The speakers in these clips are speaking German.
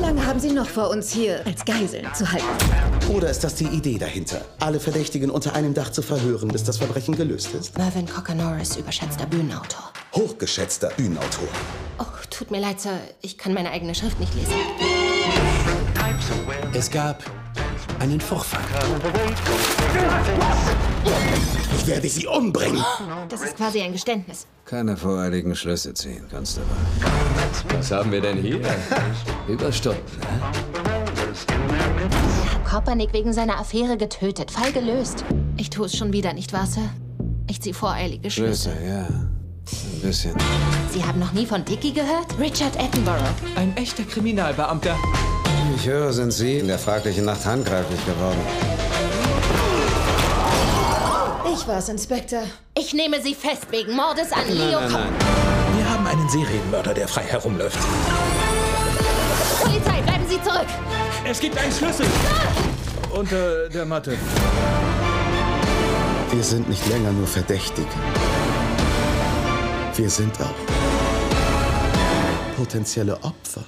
lange haben Sie noch vor uns hier als Geiseln zu halten? Oder ist das die Idee dahinter? Alle Verdächtigen unter einem Dach zu verhören, bis das Verbrechen gelöst ist? Mervyn Cocker-Norris, überschätzter Bühnenautor. Hochgeschätzter Bühnenautor. Oh, tut mir leid, Sir. Ich kann meine eigene Schrift nicht lesen. Es gab einen Vorfall. Ich werde Sie umbringen. Das ist quasi ein Geständnis. Keine voreiligen Schlüsse ziehen, Constable. Was haben wir denn hier? Überstunden, Kopernik wegen seiner Affäre getötet. Fall gelöst. Ich tue es schon wieder, nicht wahr, Sir? Ich ziehe voreilige Schlüsse. Schlüsse, ja. Ein bisschen. Sie haben noch nie von Dickie gehört? Richard Attenborough. Ein echter Kriminalbeamter. Ich höre, sind Sie in der fraglichen Nacht handgreiflich geworden. Ich war's, Inspektor. Ich nehme Sie fest wegen Mordes an Leo Nein. Wir haben einen Serienmörder, der frei herumläuft. Polizei, bleiben Sie zurück! Es gibt einen Schlüssel. Unter der Matte. Wir sind nicht länger nur Verdächtige. Wir sind auch potenzielle Opfer.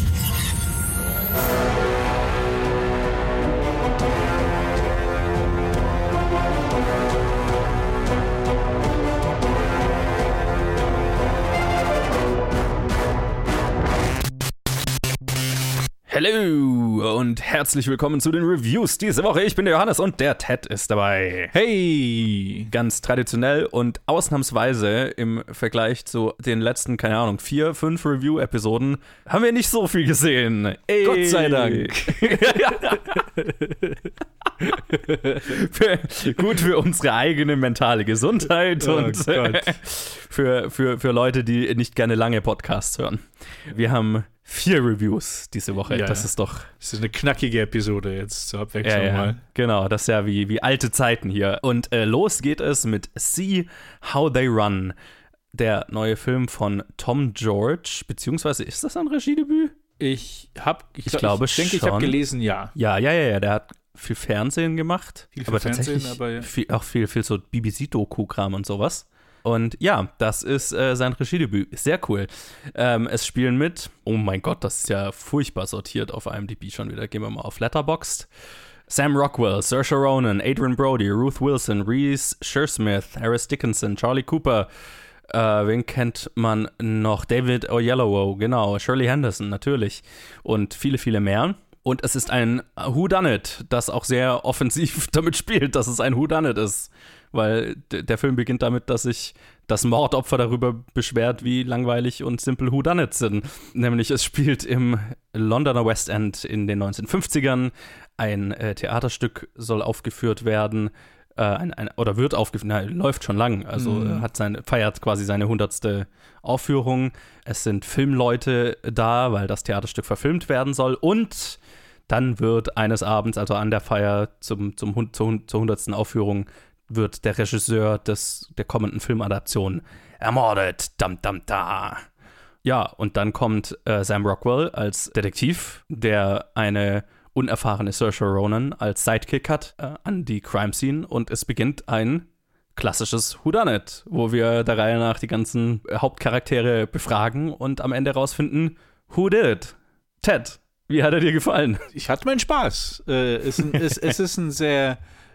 Hallo und herzlich willkommen zu den Reviews diese Woche. Ich bin der Johannes und der Ted ist dabei. Hey! Ganz traditionell und ausnahmsweise im Vergleich zu den letzten, 4, 5 Review-Episoden haben wir nicht so viel gesehen. Ey. Gott sei Dank. Gut für unsere eigene mentale Gesundheit und für Leute, die nicht gerne lange Podcasts hören. Wir haben 4 Reviews diese Woche. Ja, das ist doch... Das ist eine knackige Episode jetzt zur Abwechslung mal. Genau, das ist ja wie alte Zeiten hier. Und los geht es mit See How They Run, der neue Film von Tom George, beziehungsweise ist das ein Regiedebüt? Ich denke, schon. Ich habe gelesen, ja. Ja, der hat viel Fernsehen gemacht. Viel aber Fernsehen, tatsächlich auch viel so BBC-Doku-Kram und sowas. Und ja, das ist sein Regiedebüt. Sehr cool. Es spielen mit, oh mein Gott, das ist ja furchtbar sortiert auf IMDb schon wieder. Gehen wir mal auf Letterboxd. Sam Rockwell, Saoirse Ronan, Adrian Brody, Ruth Wilson, Reese Shearsmith, Harris Dickinson, Charlie Cooper. Wen kennt man noch? David Oyelowo, genau. Shirley Henderson, natürlich. Und viele, viele mehr. Und es ist ein Whodunit, das auch sehr offensiv damit spielt, dass es ein Whodunit ist. Weil der Film beginnt damit, dass sich das Mordopfer darüber beschwert, wie langweilig und simpel Whodunits sind. Nämlich es spielt im Londoner West End in den 1950ern. Ein Theaterstück soll aufgeführt werden, wird aufgeführt, läuft schon lang, also feiert quasi seine 100. Aufführung. Es sind Filmleute da, weil das Theaterstück verfilmt werden soll und dann wird eines Abends, also an der Feier zur 100. Aufführung, wird der Regisseur der kommenden Filmadaption ermordet. Dam, dam, da. Ja, und dann kommt Sam Rockwell als Detektiv, der eine unerfahrene Saoirse Ronan als Sidekick hat an die Crime Scene und es beginnt ein klassisches Whodunit, wo wir der Reihe nach die ganzen Hauptcharaktere befragen und am Ende rausfinden, who did it? Ted, wie hat er dir gefallen? Ich hatte meinen Spaß. Es ist ein sehr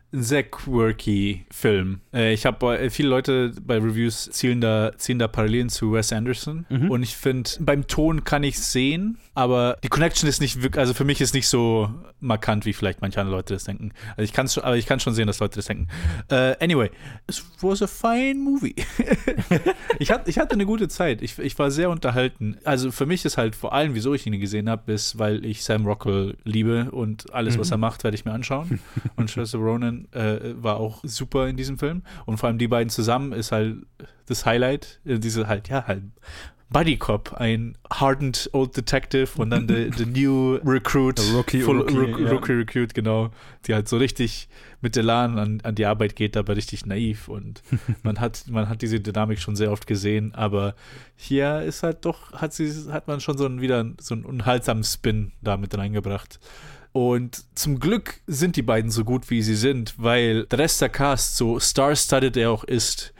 quirky Film. Ich habe viele Leute bei Reviews ziehen da Parallelen zu Wes Anderson und ich finde, beim Ton kann ich es sehen, aber die Connection ist nicht wirklich, also für mich ist nicht so markant, wie vielleicht manche andere Leute das denken. Also ich kann schon sehen, dass Leute das denken. Anyway, it was a fine movie. ich hatte eine gute Zeit. Ich war sehr unterhalten. Also für mich ist halt vor allem, wieso ich ihn gesehen habe, ist, weil ich Sam Rockwell liebe und alles, was er macht, werde ich mir anschauen. Und Saoirse Ronan war auch super in diesem Film. Und vor allem die beiden zusammen ist halt das Highlight. Diese halt Buddy Cop, ein hardened old detective und dann the new recruit, Rookie Recruit, genau, die halt so richtig mit Elan an die Arbeit geht, aber richtig naiv und man hat diese Dynamik schon sehr oft gesehen, aber hier ist halt doch, hat man schon so einen unhaltsamen Spin da mit reingebracht. Und zum Glück sind die beiden so gut, wie sie sind, weil der Rest der Cast, so star-studded er auch ist,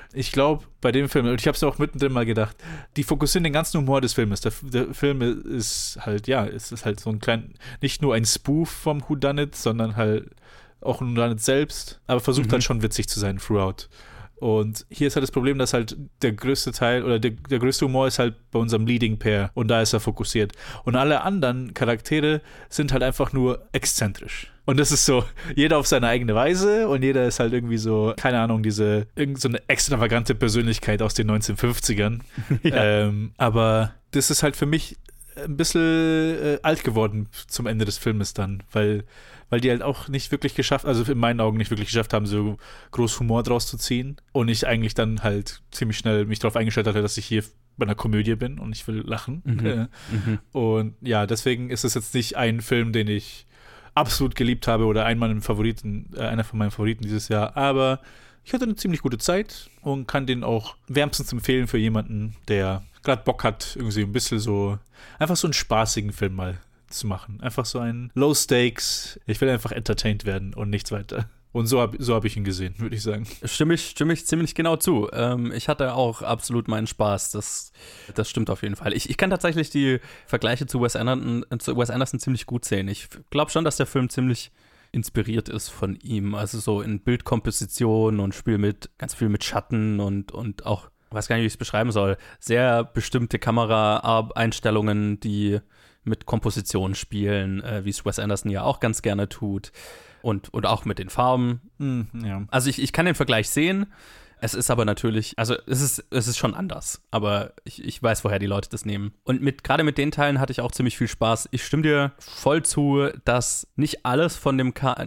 Ich glaube, bei dem Film, und ich habe es auch mittendrin mal gedacht, die fokussieren den ganzen Humor des Filmes. Der Film ist halt, es ist halt so ein nicht nur ein Spoof vom Whodunit, sondern halt auch ein Whodunit selbst, aber versucht halt schon witzig zu sein throughout. Und hier ist halt das Problem, dass halt der größte Teil oder der größte Humor ist halt bei unserem Leading Pair und da ist er fokussiert. Und alle anderen Charaktere sind halt einfach nur exzentrisch. Und das ist so, jeder auf seine eigene Weise und jeder ist halt irgendwie so, keine Ahnung, so eine extravagante Persönlichkeit aus den 1950ern. Ja. Aber das ist halt für mich ein bisschen alt geworden zum Ende des Filmes dann, weil die halt auch nicht wirklich geschafft, also in meinen Augen nicht wirklich geschafft haben, so groß Humor draus zu ziehen. Und ich eigentlich dann halt ziemlich schnell mich darauf eingestellt hatte, dass ich hier bei einer Komödie bin und ich will lachen. Und ja, deswegen ist es jetzt nicht ein Film, den ich absolut geliebt habe oder einer von meinen Favoriten dieses Jahr, aber ich hatte eine ziemlich gute Zeit und kann den auch wärmstens empfehlen für jemanden, der gerade Bock hat, irgendwie ein bisschen so, einfach so einen spaßigen Film mal zu machen. Einfach so ein Low Stakes, ich will einfach entertained werden und nichts weiter. Und so hab ich ihn gesehen, würde ich sagen. Stimme ich ziemlich genau zu. Ich hatte auch absolut meinen Spaß. Das stimmt auf jeden Fall. Ich kann tatsächlich die Vergleiche zu Wes Anderson ziemlich gut sehen. Ich glaube schon, dass der Film ziemlich inspiriert ist von ihm. Also so in Bildkomposition und ganz viel mit Schatten und auch, ich weiß gar nicht, wie ich es beschreiben soll, sehr bestimmte Kameraeinstellungen, die mit Komposition spielen, wie es Wes Anderson ja auch ganz gerne tut. Und auch mit den Farben. Ja. Also ich kann den Vergleich sehen. Es ist aber natürlich, also es ist schon anders. Aber ich weiß, woher die Leute das nehmen. Und gerade mit den Teilen hatte ich auch ziemlich viel Spaß. Ich stimme dir voll zu, dass nicht alle von dem Cast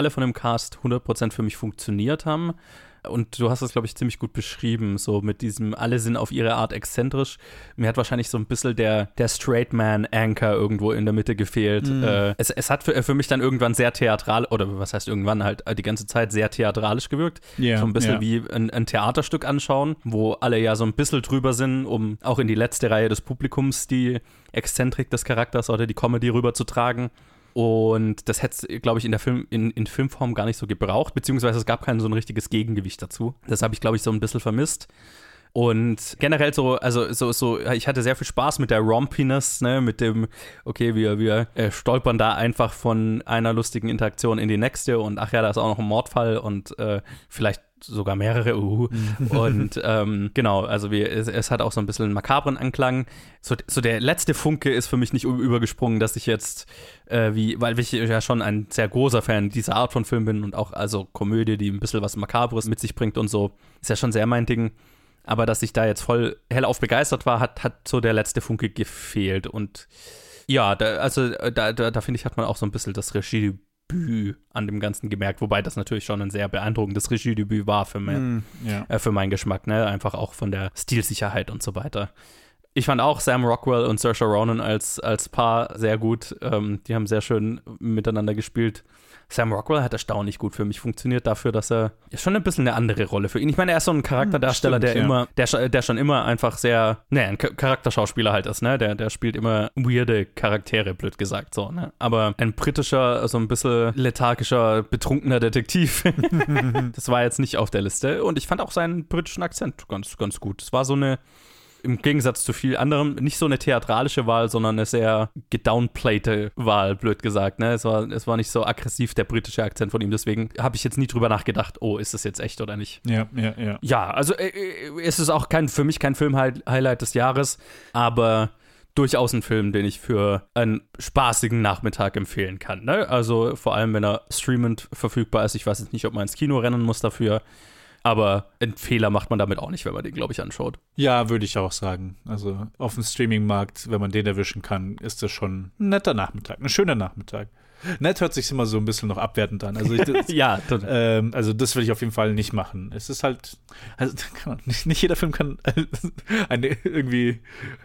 100% für mich funktioniert haben. Und du hast es, glaube ich, ziemlich gut beschrieben, so mit diesem, alle sind auf ihre Art exzentrisch. Mir hat wahrscheinlich so ein bisschen der Straight Man Anchor irgendwo in der Mitte gefehlt. Es hat für mich dann irgendwann sehr theatral, oder was heißt irgendwann, halt die ganze Zeit sehr theatralisch gewirkt. Yeah, so ein bisschen wie ein Theaterstück anschauen, wo alle ja so ein bisschen drüber sind, um auch in die letzte Reihe des Publikums die Exzentrik des Charakters oder die Comedy rüberzutragen. Und das hätte es, glaube ich, in Filmform gar nicht so gebraucht, beziehungsweise es gab kein so ein richtiges Gegengewicht dazu. Das habe ich, glaube ich, so ein bisschen vermisst. Und generell ich hatte sehr viel Spaß mit der Rompiness, ne, mit dem, okay, wir stolpern da einfach von einer lustigen Interaktion in die nächste und ach ja, da ist auch noch ein Mordfall und vielleicht sogar mehrere, Und genau, also es hat auch so ein bisschen einen makabren Anklang. So der letzte Funke ist für mich nicht übergesprungen, dass ich jetzt, weil ich ja schon ein sehr großer Fan dieser Art von Film bin und auch also Komödie, die ein bisschen was Makabres mit sich bringt und so, ist ja schon sehr mein Ding. Aber dass ich da jetzt voll hellauf begeistert war, hat so der letzte Funke gefehlt. Und ja, da finde ich, hat man auch so ein bisschen das Regiedebüt an dem Ganzen gemerkt, wobei das natürlich schon ein sehr beeindruckendes Regiedebüt war für meinen Geschmack, ne? Einfach auch von der Stilsicherheit und so weiter. Ich fand auch Sam Rockwell und Saoirse Ronan als Paar sehr gut. Die haben sehr schön miteinander gespielt. Sam Rockwell hat erstaunlich gut für mich funktioniert dafür, dass er schon ein bisschen eine andere Rolle für ihn. Ich meine, er ist so ein Charakterdarsteller, der schon immer einfach sehr, ein Charakterschauspieler halt ist, ne? Der spielt immer weirde Charaktere, blöd gesagt, so, ne? Aber ein britischer, so ein bisschen lethargischer, betrunkener Detektiv, das war jetzt nicht auf der Liste. Und ich fand auch seinen britischen Akzent ganz, ganz gut. Es war so eine, im Gegensatz zu viel anderem, nicht so eine theatralische Wahl, sondern eine sehr gedownplayte Wahl, blöd gesagt. Ne? Es war nicht so aggressiv, der britische Akzent von ihm. Deswegen habe ich jetzt nie drüber nachgedacht, oh, ist das jetzt echt oder nicht? Ja. Ja, also es ist auch für mich kein Film-Highlight des Jahres, aber durchaus ein Film, den ich für einen spaßigen Nachmittag empfehlen kann. Ne? Also vor allem, wenn er streamend verfügbar ist. Ich weiß jetzt nicht, ob man ins Kino rennen muss dafür. Aber einen Fehler macht man damit auch nicht, wenn man den, glaube ich, anschaut. Ja, würde ich auch sagen. Also auf dem Streaming-Markt, wenn man den erwischen kann, ist das schon ein netter Nachmittag, ein schöner Nachmittag. Nett hört sich immer so ein bisschen noch abwertend an. Also ja, also das will ich auf jeden Fall nicht machen. Es ist halt, also nicht jeder Film kann irgendwie,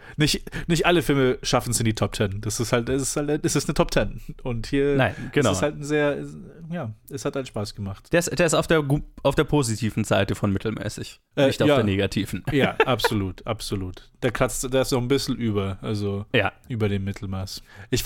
nicht alle Filme schaffen es in die Top 10. Es ist eine Top 10. Und hier ist es halt es hat halt Spaß gemacht. Der ist auf der positiven Seite von mittelmäßig, nicht auf der negativen. Ja, absolut. Der ist so ein bisschen über dem Mittelmaß. Ich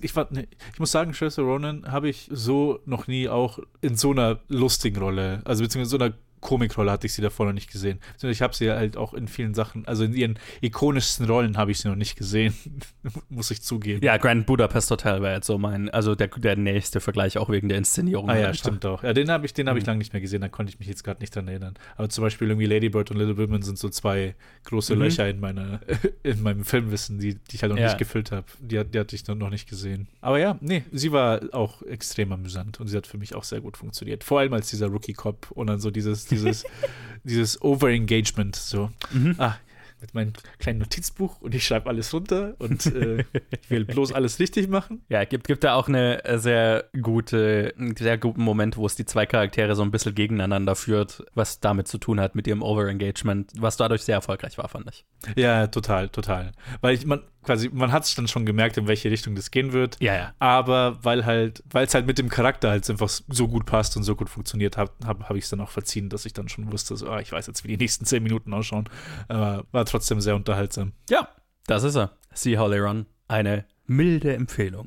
muss sagen, Saoirse Ronan habe ich so noch nie auch in so einer lustigen Rolle, also beziehungsweise so einer Komikrolle hatte ich sie davor noch nicht gesehen. Ich habe sie halt auch in vielen Sachen, also in ihren ikonischsten Rollen habe ich sie noch nicht gesehen, muss ich zugeben. Ja, Grand Budapest Hotel wäre jetzt so also der nächste Vergleich auch wegen der Inszenierung. Ah ja, stimmt auch. Ja, den habe ich lange nicht mehr gesehen, da konnte ich mich jetzt gerade nicht dran erinnern. Aber zum Beispiel irgendwie Lady Bird und Little Women sind so 2 große Löcher in meinem Filmwissen, die ich halt noch nicht gefüllt habe. Die hatte ich noch nicht gesehen. Aber ja, nee, sie war auch extrem amüsant und sie hat für mich auch sehr gut funktioniert. Vor allem als dieser Rookie-Cop und dann so dieses Overengagement, so, mit meinem kleinen Notizbuch und ich schreibe alles runter und ich will bloß alles richtig machen. Ja, gibt da auch einen sehr guten Moment, wo es die 2 Charaktere so ein bisschen gegeneinander führt, was damit zu tun hat mit ihrem Overengagement, was dadurch sehr erfolgreich war, fand ich. Ja, total. Weil man hat es dann schon gemerkt, in welche Richtung das gehen wird. Ja. Aber weil es halt mit dem Charakter halt einfach so gut passt und so gut funktioniert hat, habe ich es dann auch verziehen, dass ich dann schon wusste, so, ich weiß jetzt, wie die nächsten 10 Minuten ausschauen. Aber war trotzdem sehr unterhaltsam. Ja, das ist er. See How They Run. Eine milde Empfehlung.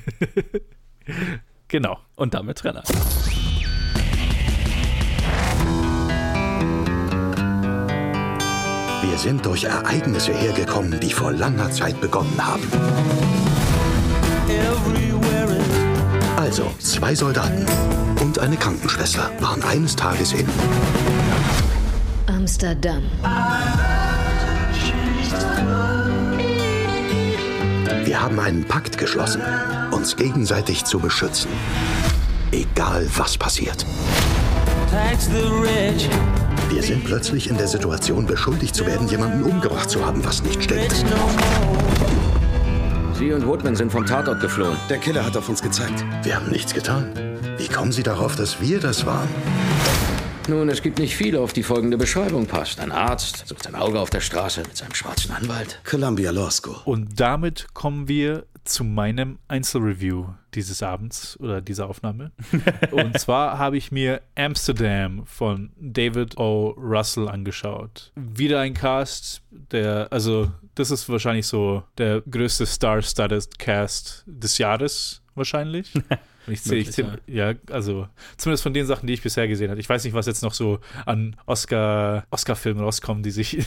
Genau. Und damit Renner. Wir sind durch Ereignisse hergekommen, die vor langer Zeit begonnen haben. Also, 2 Soldaten und eine Krankenschwester waren eines Tages in Amsterdam. Wir haben einen Pakt geschlossen, uns gegenseitig zu beschützen. Egal, was passiert. Wir sind plötzlich in der Situation, beschuldigt zu werden, jemanden umgebracht zu haben, was nicht stimmt. Sie und Woodman sind vom Tatort geflohen. Der Killer hat auf uns gezeigt. Wir haben nichts getan. Wie kommen Sie darauf, dass wir das waren? Nun, es gibt nicht viele, auf die folgende Beschreibung passt. Ein Arzt sucht sein Auge auf der Straße mit seinem schwarzen Anwalt. Columbia Law School. Und damit kommen wir zu meinem Einzelreview dieses Abends oder dieser Aufnahme. Und zwar habe ich mir Amsterdam von David O. Russell angeschaut. Wieder ein Cast, das ist wahrscheinlich so der größte Star-Studded Cast des Jahres wahrscheinlich. Also zumindest von den Sachen, die ich bisher gesehen habe. Ich weiß nicht, was jetzt noch so an Oscar-Filmen rauskommen, die sich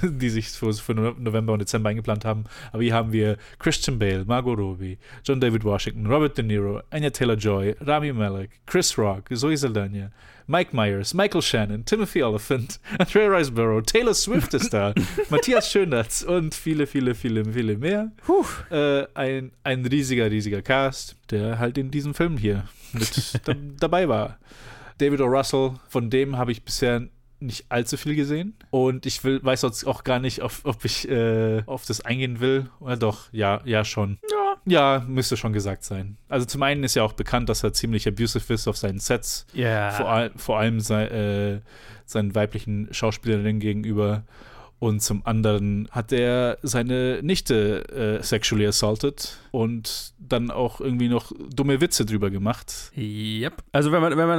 für November und Dezember eingeplant haben. Aber hier haben wir Christian Bale, Margot Robbie, John David Washington, Robert De Niro, Anya Taylor-Joy, Rami Malek, Chris Rock, Zoe Saldana, Mike Myers, Michael Shannon, Timothy Olyphant, Andrea Riseborough, Taylor Swift ist da, Matthias Schönatz und viele, viele, viele, viele mehr. Ein riesiger Cast, der halt in diesem Film hier mit dabei war. David O. Russell, von dem habe ich bisher nicht allzu viel gesehen und ich weiß jetzt auch gar nicht, ob ich auf das eingehen will. Oder doch, ja, schon. Ja, müsste schon gesagt sein. Also zum einen ist ja auch bekannt, dass er ziemlich abusive ist auf seinen Sets. Ja. Vor allem seinen weiblichen Schauspielerinnen gegenüber. Und zum anderen hat er seine Nichte sexually assaulted und dann auch irgendwie noch dumme Witze drüber gemacht. Yep. Also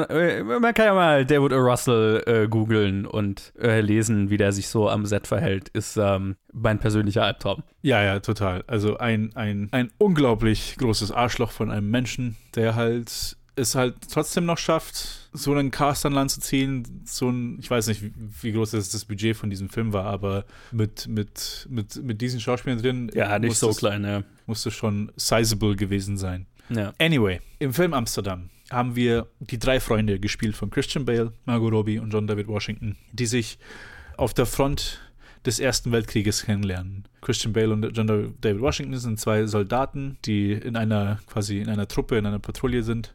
man kann ja mal David O. Russell googeln und lesen, wie der sich so am Set verhält, ist mein persönlicher Albtraum. Ja, total. Also ein unglaublich großes Arschloch von einem Menschen, der halt es halt trotzdem noch schafft, so einen Cast an Land zu ziehen, ich weiß nicht, wie groß das Budget von diesem Film war, aber mit diesen Schauspielern drin, ja, nicht so klein, ja. Musste schon sizable gewesen sein. Ja. Anyway, im Film Amsterdam haben wir die 3 Freunde gespielt von Christian Bale, Margot Robbie und John David Washington, die sich auf der Front des Ersten Weltkrieges kennenlernen. Christian Bale und John David Washington sind 2 Soldaten, die in einer Truppe, in einer Patrouille sind.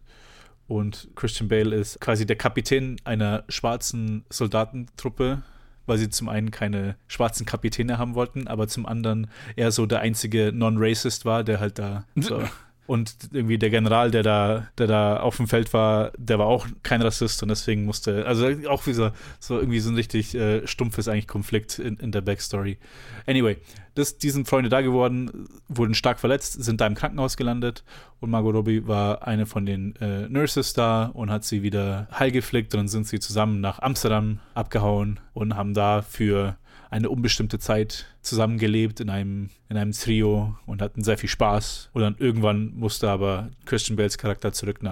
Und Christian Bale ist quasi der Kapitän einer schwarzen Soldatentruppe, weil sie zum einen keine schwarzen Kapitäne haben wollten, aber zum anderen er so der einzige Non-Racist war, der halt da so. Und irgendwie der General, der da auf dem Feld war, der war auch kein Rassist und deswegen musste, also auch wieder so irgendwie so ein richtig stumpfes eigentlich Konflikt in der Backstory. Anyway, die sind Freunde da geworden, wurden stark verletzt, sind da im Krankenhaus gelandet und Margot Robbie war eine von den Nurses da und hat sie wieder heilgeflickt und dann sind sie zusammen nach Amsterdam abgehauen und haben da für eine unbestimmte Zeit zusammengelebt in einem Trio und hatten sehr viel Spaß. Und dann irgendwann musste aber Christian Bales Charakter zurück nach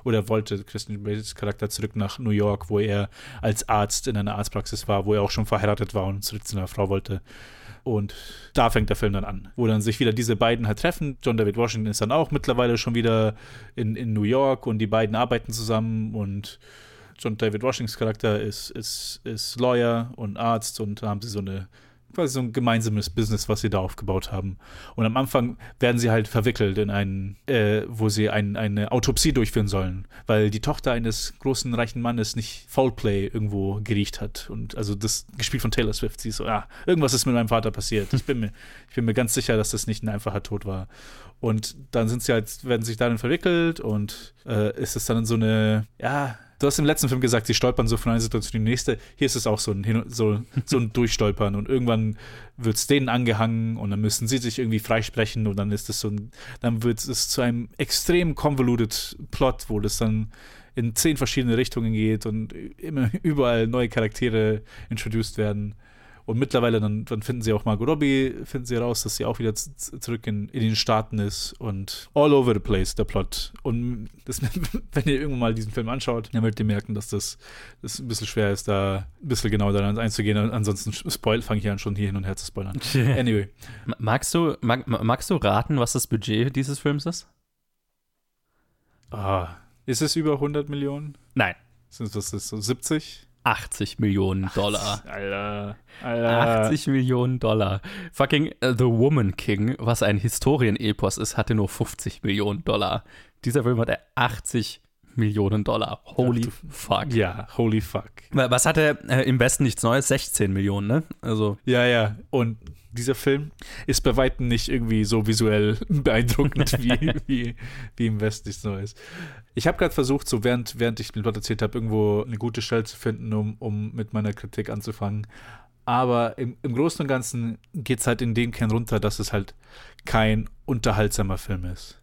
oder wollte Christian Bales Charakter zurück nach New York, wo er als Arzt in einer Arztpraxis war, wo er auch schon verheiratet war und zurück zu einer Frau wollte. Und da fängt der Film dann an, wo dann sich wieder diese beiden halt treffen. John David Washington ist dann auch mittlerweile schon wieder in New York und die beiden arbeiten zusammen und John David Washingtons Charakter ist Lawyer und Arzt und da haben sie quasi so ein gemeinsames Business, was sie da aufgebaut haben. Und am Anfang werden sie halt verwickelt in wo sie eine Autopsie durchführen sollen, weil die Tochter eines großen, reichen Mannes nicht Foulplay irgendwo geriecht hat. Und also das gespielt von Taylor Swift, sie ist so, irgendwas ist mit meinem Vater passiert. Ich bin mir ganz sicher, dass das nicht ein einfacher Tod war. Und dann werden sich darin verwickelt und ist es dann so eine, du hast im letzten Film gesagt, sie stolpern so von einer Situation in die nächste. Hier ist es auch so ein Durchstolpern und irgendwann wird es denen angehangen und dann müssen sie sich irgendwie freisprechen und dann ist es dann wird es zu einem extrem convoluted Plot, wo das dann in 10 verschiedene Richtungen geht und immer überall neue Charaktere introduced werden. Und mittlerweile dann finden sie auch Margot Robbie, finden sie raus, dass sie auch wieder zurück in den Staaten ist und all over the place, der Plot. Und wenn ihr irgendwann mal diesen Film anschaut, dann werdet ihr merken, dass das ein bisschen schwer ist, da ein bisschen genau daran einzugehen. Ansonsten fange ich an, schon hier hin und her zu spoilern. Anyway. Magst du raten, was das Budget dieses Films ist? Ist es über 100 Millionen? Nein. Was ist das, so 70? 80 Millionen Dollar. Alter. 80 Millionen Dollar. Fucking The Woman King, was ein Historienepos ist, hatte nur 50 Millionen Dollar. Dieser Film hatte 80 Millionen Dollar. Holy fuck. Ja, holy fuck. Was hatte im Westen nichts Neues? 16 Millionen, ne? Also. Ja. Und dieser Film ist bei weitem nicht irgendwie so visuell beeindruckend wie im Westen nichts Neues. Ich habe gerade versucht, so während ich den Plot erzählt habe, irgendwo eine gute Stelle zu finden, um mit meiner Kritik anzufangen. Aber im Großen und Ganzen geht es halt in den Kern runter, dass es halt kein unterhaltsamer Film ist.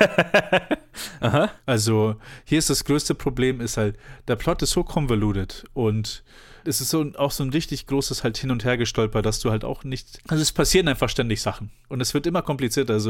Aha. Also hier ist das größte Problem, ist halt, der Plot ist so convoluted und es ist auch so ein richtig großes halt Hin- und Hergestolper, dass du halt auch nicht, also es passieren einfach ständig Sachen und es wird immer komplizierter, also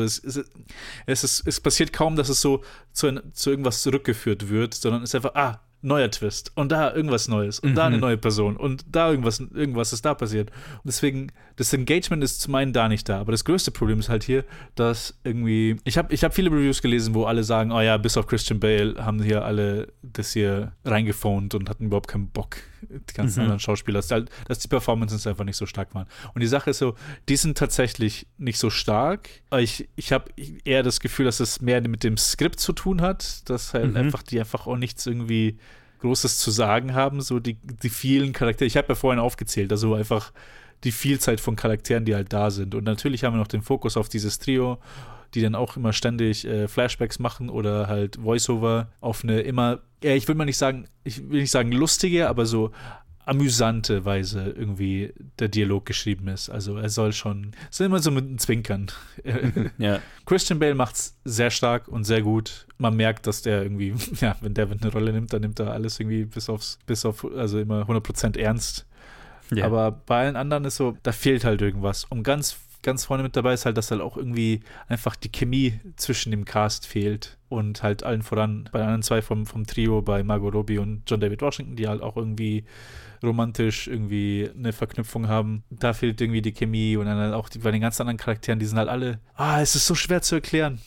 es passiert kaum, dass es so zu irgendwas zurückgeführt wird, sondern es ist einfach, neuer Twist und da irgendwas Neues und da eine neue Person und da irgendwas ist da passiert. Und deswegen, das Engagement ist zum einen da nicht da, aber das größte Problem ist halt hier, dass irgendwie, ich hab viele Reviews gelesen, wo alle sagen, bis auf Christian Bale haben hier alle das hier reingephont und hatten überhaupt keinen Bock, die ganzen anderen Schauspieler, dass die Performances einfach nicht so stark waren. Und die Sache ist so, die sind tatsächlich nicht so stark, aber ich habe eher das Gefühl, dass es mehr mit dem Skript zu tun hat, dass halt die einfach auch nichts irgendwie Großes zu sagen haben, so die vielen Charaktere. Ich habe ja vorhin aufgezählt, also einfach die Vielzahl von Charakteren, die halt da sind. Und natürlich haben wir noch den Fokus auf dieses Trio, die dann auch immer ständig Flashbacks machen oder halt Voiceover auf eine immer, ich will nicht sagen lustige, aber so amüsante Weise irgendwie der Dialog geschrieben ist. Also es ist immer so mit einem Zwinkern. Ja. Christian Bale macht's sehr stark und sehr gut. Man merkt, dass der irgendwie, wenn der eine Rolle nimmt, dann nimmt er alles irgendwie bis auf also immer 100% ernst. Ja. Aber bei allen anderen ist so, da fehlt halt irgendwas. Und ganz vorne mit dabei ist halt, dass halt auch irgendwie einfach die Chemie zwischen dem Cast fehlt und halt allen voran bei den anderen zwei vom Trio, bei Margot Robbie und John David Washington, die halt auch irgendwie romantisch irgendwie eine Verknüpfung haben. Da fehlt irgendwie die Chemie und dann halt auch bei den ganz anderen Charakteren, die sind halt alle, es ist so schwer zu erklären.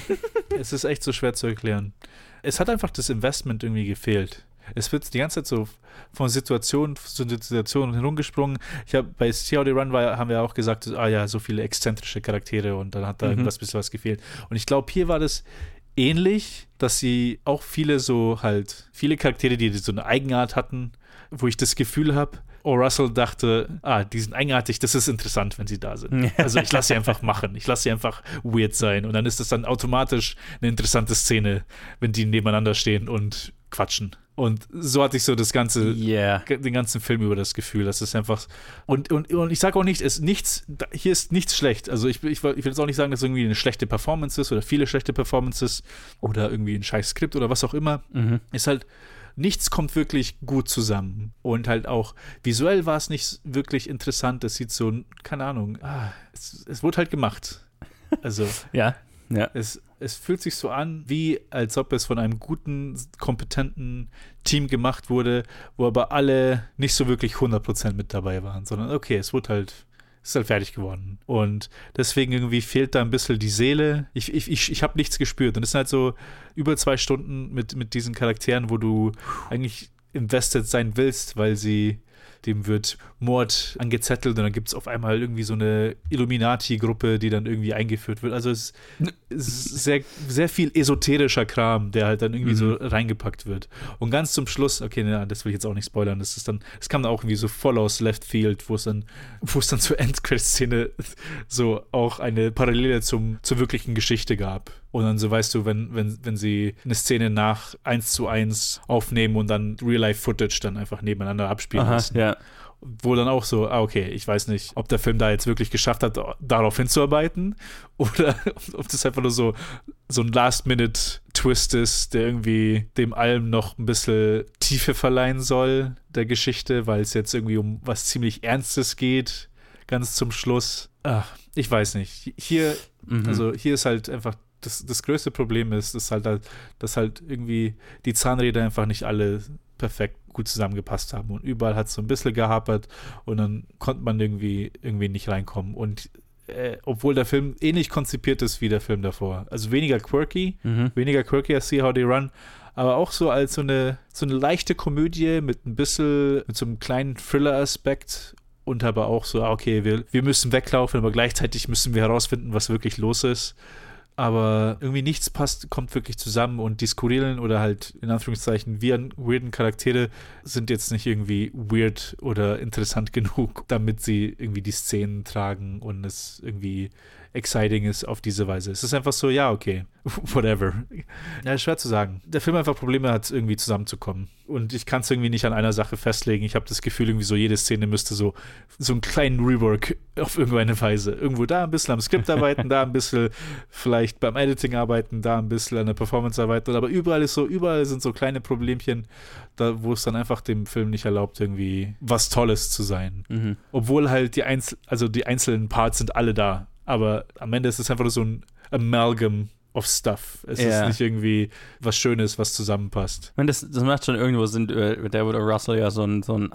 Es ist echt so schwer zu erklären. Es hat einfach das Investment irgendwie gefehlt. Es wird die ganze Zeit so von Situation zu Situation herumgesprungen. Bei See How They Run haben wir auch gesagt, so viele exzentrische Charaktere und dann hat da irgendwas bisschen was gefehlt. Und ich glaube, hier war das ähnlich, dass sie auch viele Charaktere, die so eine Eigenart hatten, wo ich das Gefühl habe, Russell dachte, die sind eigenartig, das ist interessant, wenn sie da sind. Also ich lasse sie einfach machen, ich lasse sie einfach weird sein und dann ist das dann automatisch eine interessante Szene, wenn die nebeneinander stehen und quatschen. Und so hatte ich so den ganzen Film über das Gefühl, dass es einfach und ich sage auch nicht, hier ist nichts schlecht. Also ich will jetzt auch nicht sagen, dass es irgendwie eine schlechte Performance ist oder viele schlechte Performances oder irgendwie ein scheiß Skript oder was auch immer. Ist halt, nichts kommt wirklich gut zusammen. Und halt auch visuell war es nicht wirklich interessant. Es sieht so, keine Ahnung, es wurde halt gemacht. Also ja. Ja. Es fühlt sich so an, wie als ob es von einem guten, kompetenten Team gemacht wurde, wo aber alle nicht so wirklich 100% mit dabei waren, sondern okay, es ist halt fertig geworden. Und deswegen irgendwie fehlt da ein bisschen die Seele. Ich habe nichts gespürt. Und es sind halt so über 2 Stunden mit diesen Charakteren, wo du eigentlich invested sein willst, weil dem wird Mord angezettelt und dann gibt es auf einmal irgendwie so eine Illuminati-Gruppe, die dann irgendwie eingeführt wird. Also es ist sehr, sehr viel esoterischer Kram, der halt dann irgendwie so reingepackt wird. Und ganz zum Schluss, okay, das will ich jetzt auch nicht spoilern, es kam dann auch irgendwie so voll aus Left Field, wo es dann zur Endcredit-Szene so auch eine Parallele zur wirklichen Geschichte gab. Und dann so, weißt du, wenn sie eine Szene nach 1:1 aufnehmen und dann Real-Life-Footage dann einfach nebeneinander abspielen lassen. Ja. Wo dann auch so, okay, ich weiß nicht, ob der Film da jetzt wirklich geschafft hat, darauf hinzuarbeiten oder ob das einfach nur so ein Last-Minute-Twist ist, der irgendwie dem allem noch ein bisschen Tiefe verleihen soll, der Geschichte, weil es jetzt irgendwie um was ziemlich Ernstes geht, ganz zum Schluss. Ich weiß nicht. Hier ist halt einfach das größte Problem dass halt irgendwie die Zahnräder einfach nicht alle perfekt gut zusammengepasst haben und überall hat es so ein bisschen gehapert und dann konnte man irgendwie nicht reinkommen und obwohl der Film ähnlich konzipiert ist wie der Film davor, also weniger quirky als See How They Run, aber auch so als so eine leichte Komödie mit so einem kleinen Thriller-Aspekt und aber auch so, okay, wir müssen weglaufen, aber gleichzeitig müssen wir herausfinden, was wirklich los ist. Aber irgendwie nichts kommt wirklich zusammen und die skurrilen oder halt in Anführungszeichen weirden Charaktere sind jetzt nicht irgendwie weird oder interessant genug, damit sie irgendwie die Szenen tragen und es irgendwie exciting ist auf diese Weise. Es ist einfach so, ja, okay, whatever. Ja, ist schwer zu sagen. Der Film einfach Probleme hat, irgendwie zusammenzukommen. Und ich kann es irgendwie nicht an einer Sache festlegen. Ich habe das Gefühl, irgendwie so jede Szene müsste so einen kleinen Rework auf irgendeine Weise. Irgendwo da ein bisschen am Skript arbeiten, da ein bisschen vielleicht beim Editing arbeiten, da ein bisschen an der Performance arbeiten. Aber überall sind so kleine Problemchen, wo es dann einfach dem Film nicht erlaubt, irgendwie was Tolles zu sein. Mhm. Obwohl halt die einzelnen Parts sind alle da. Aber am Ende ist es einfach nur so ein Amalgam of stuff. Es ist nicht irgendwie was Schönes, was zusammenpasst. Ich meine, das macht schon irgendwo Sinn, der Russell ja so einen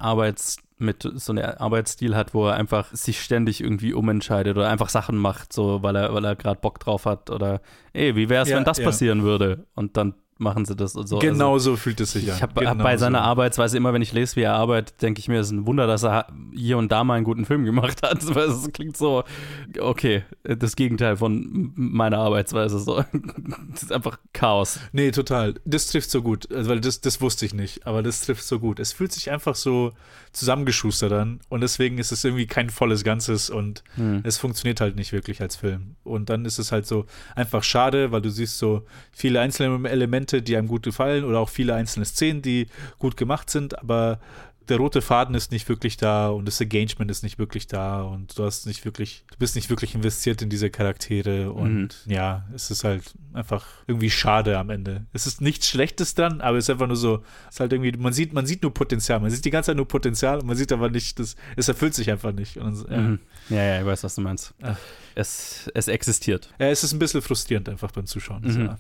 Arbeitsstil hat, wo er einfach sich ständig irgendwie umentscheidet oder einfach Sachen macht, so weil er gerade Bock drauf hat oder wie wäre es, wenn das passieren würde? Und dann machen sie das und so. Genau so fühlt es sich an. Ich habe bei seiner Arbeitsweise immer, wenn ich lese, wie er arbeitet, denke ich mir, es ist ein Wunder, dass er hier und da mal einen guten Film gemacht hat. Weil es klingt so, okay, das Gegenteil von meiner Arbeitsweise. So. Das ist einfach Chaos. Nee, total. Das trifft so gut, weil das wusste ich nicht, aber das trifft so gut. Es fühlt sich einfach so zusammengeschustert an und deswegen ist es irgendwie kein volles Ganzes und es funktioniert halt nicht wirklich als Film. Und dann ist es halt so einfach schade, weil du siehst so viele einzelne Elemente, die einem gut gefallen oder auch viele einzelne Szenen, die gut gemacht sind, aber der rote Faden ist nicht wirklich da und das Engagement ist nicht wirklich da und du bist nicht wirklich investiert in diese Charaktere und es ist halt einfach irgendwie schade am Ende. Es ist nichts Schlechtes dran, aber es ist einfach nur so, es ist halt irgendwie, man sieht nur Potenzial, man sieht die ganze Zeit nur Potenzial und man sieht aber nicht, es erfüllt sich einfach nicht. Und dann, Ja, ich weiß, was du meinst. Es existiert. Ja, es ist ein bisschen frustrierend einfach beim Zuschauen.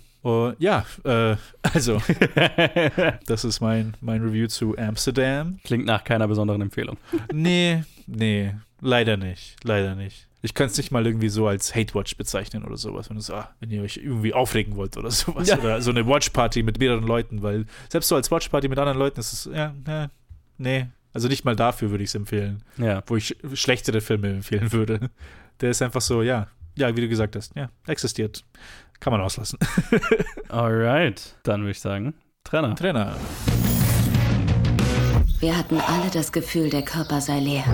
Also, das ist mein Review zu Amsterdam. Klingt nach keiner besonderen Empfehlung. Nee, leider nicht. Ich kann es nicht mal irgendwie so als Hate-Watch bezeichnen oder sowas, wenn ihr euch irgendwie aufregen wollt oder sowas. Ja. Oder so eine Watch-Party mit mehreren Leuten, weil selbst so als Watch-Party mit anderen Leuten ist es, nee. Also nicht mal dafür würde ich es empfehlen, wo ich schlechtere Filme empfehlen würde. Der ist einfach so, wie du gesagt hast, existiert. Kann man auslassen. Alright, dann würde ich sagen, Trenner. Wir hatten alle das Gefühl, der Körper sei leer.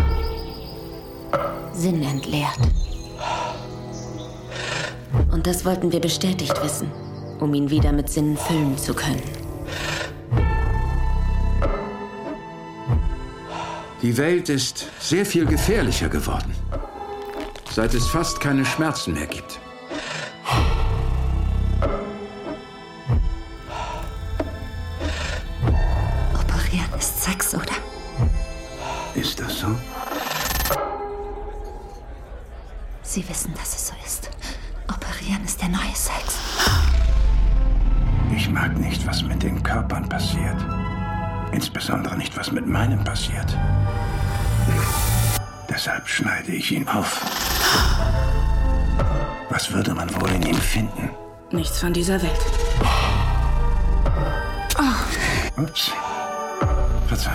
Sinn entleert. Und das wollten wir bestätigt wissen, um ihn wieder mit Sinnen füllen zu können. Die Welt ist sehr viel gefährlicher geworden, seit es fast keine Schmerzen mehr gibt. Operieren ist Sex, oder? Ist das so? Sie wissen, dass es so ist. Operieren ist der neue Sex. mag nicht, was mit den Körpern passiert. Insbesondere nicht, was mit meinem passiert. Deshalb schneide ich ihn auf. Was würde man wohl in ihm finden? Nichts von dieser Welt. Ups. Verzeihung.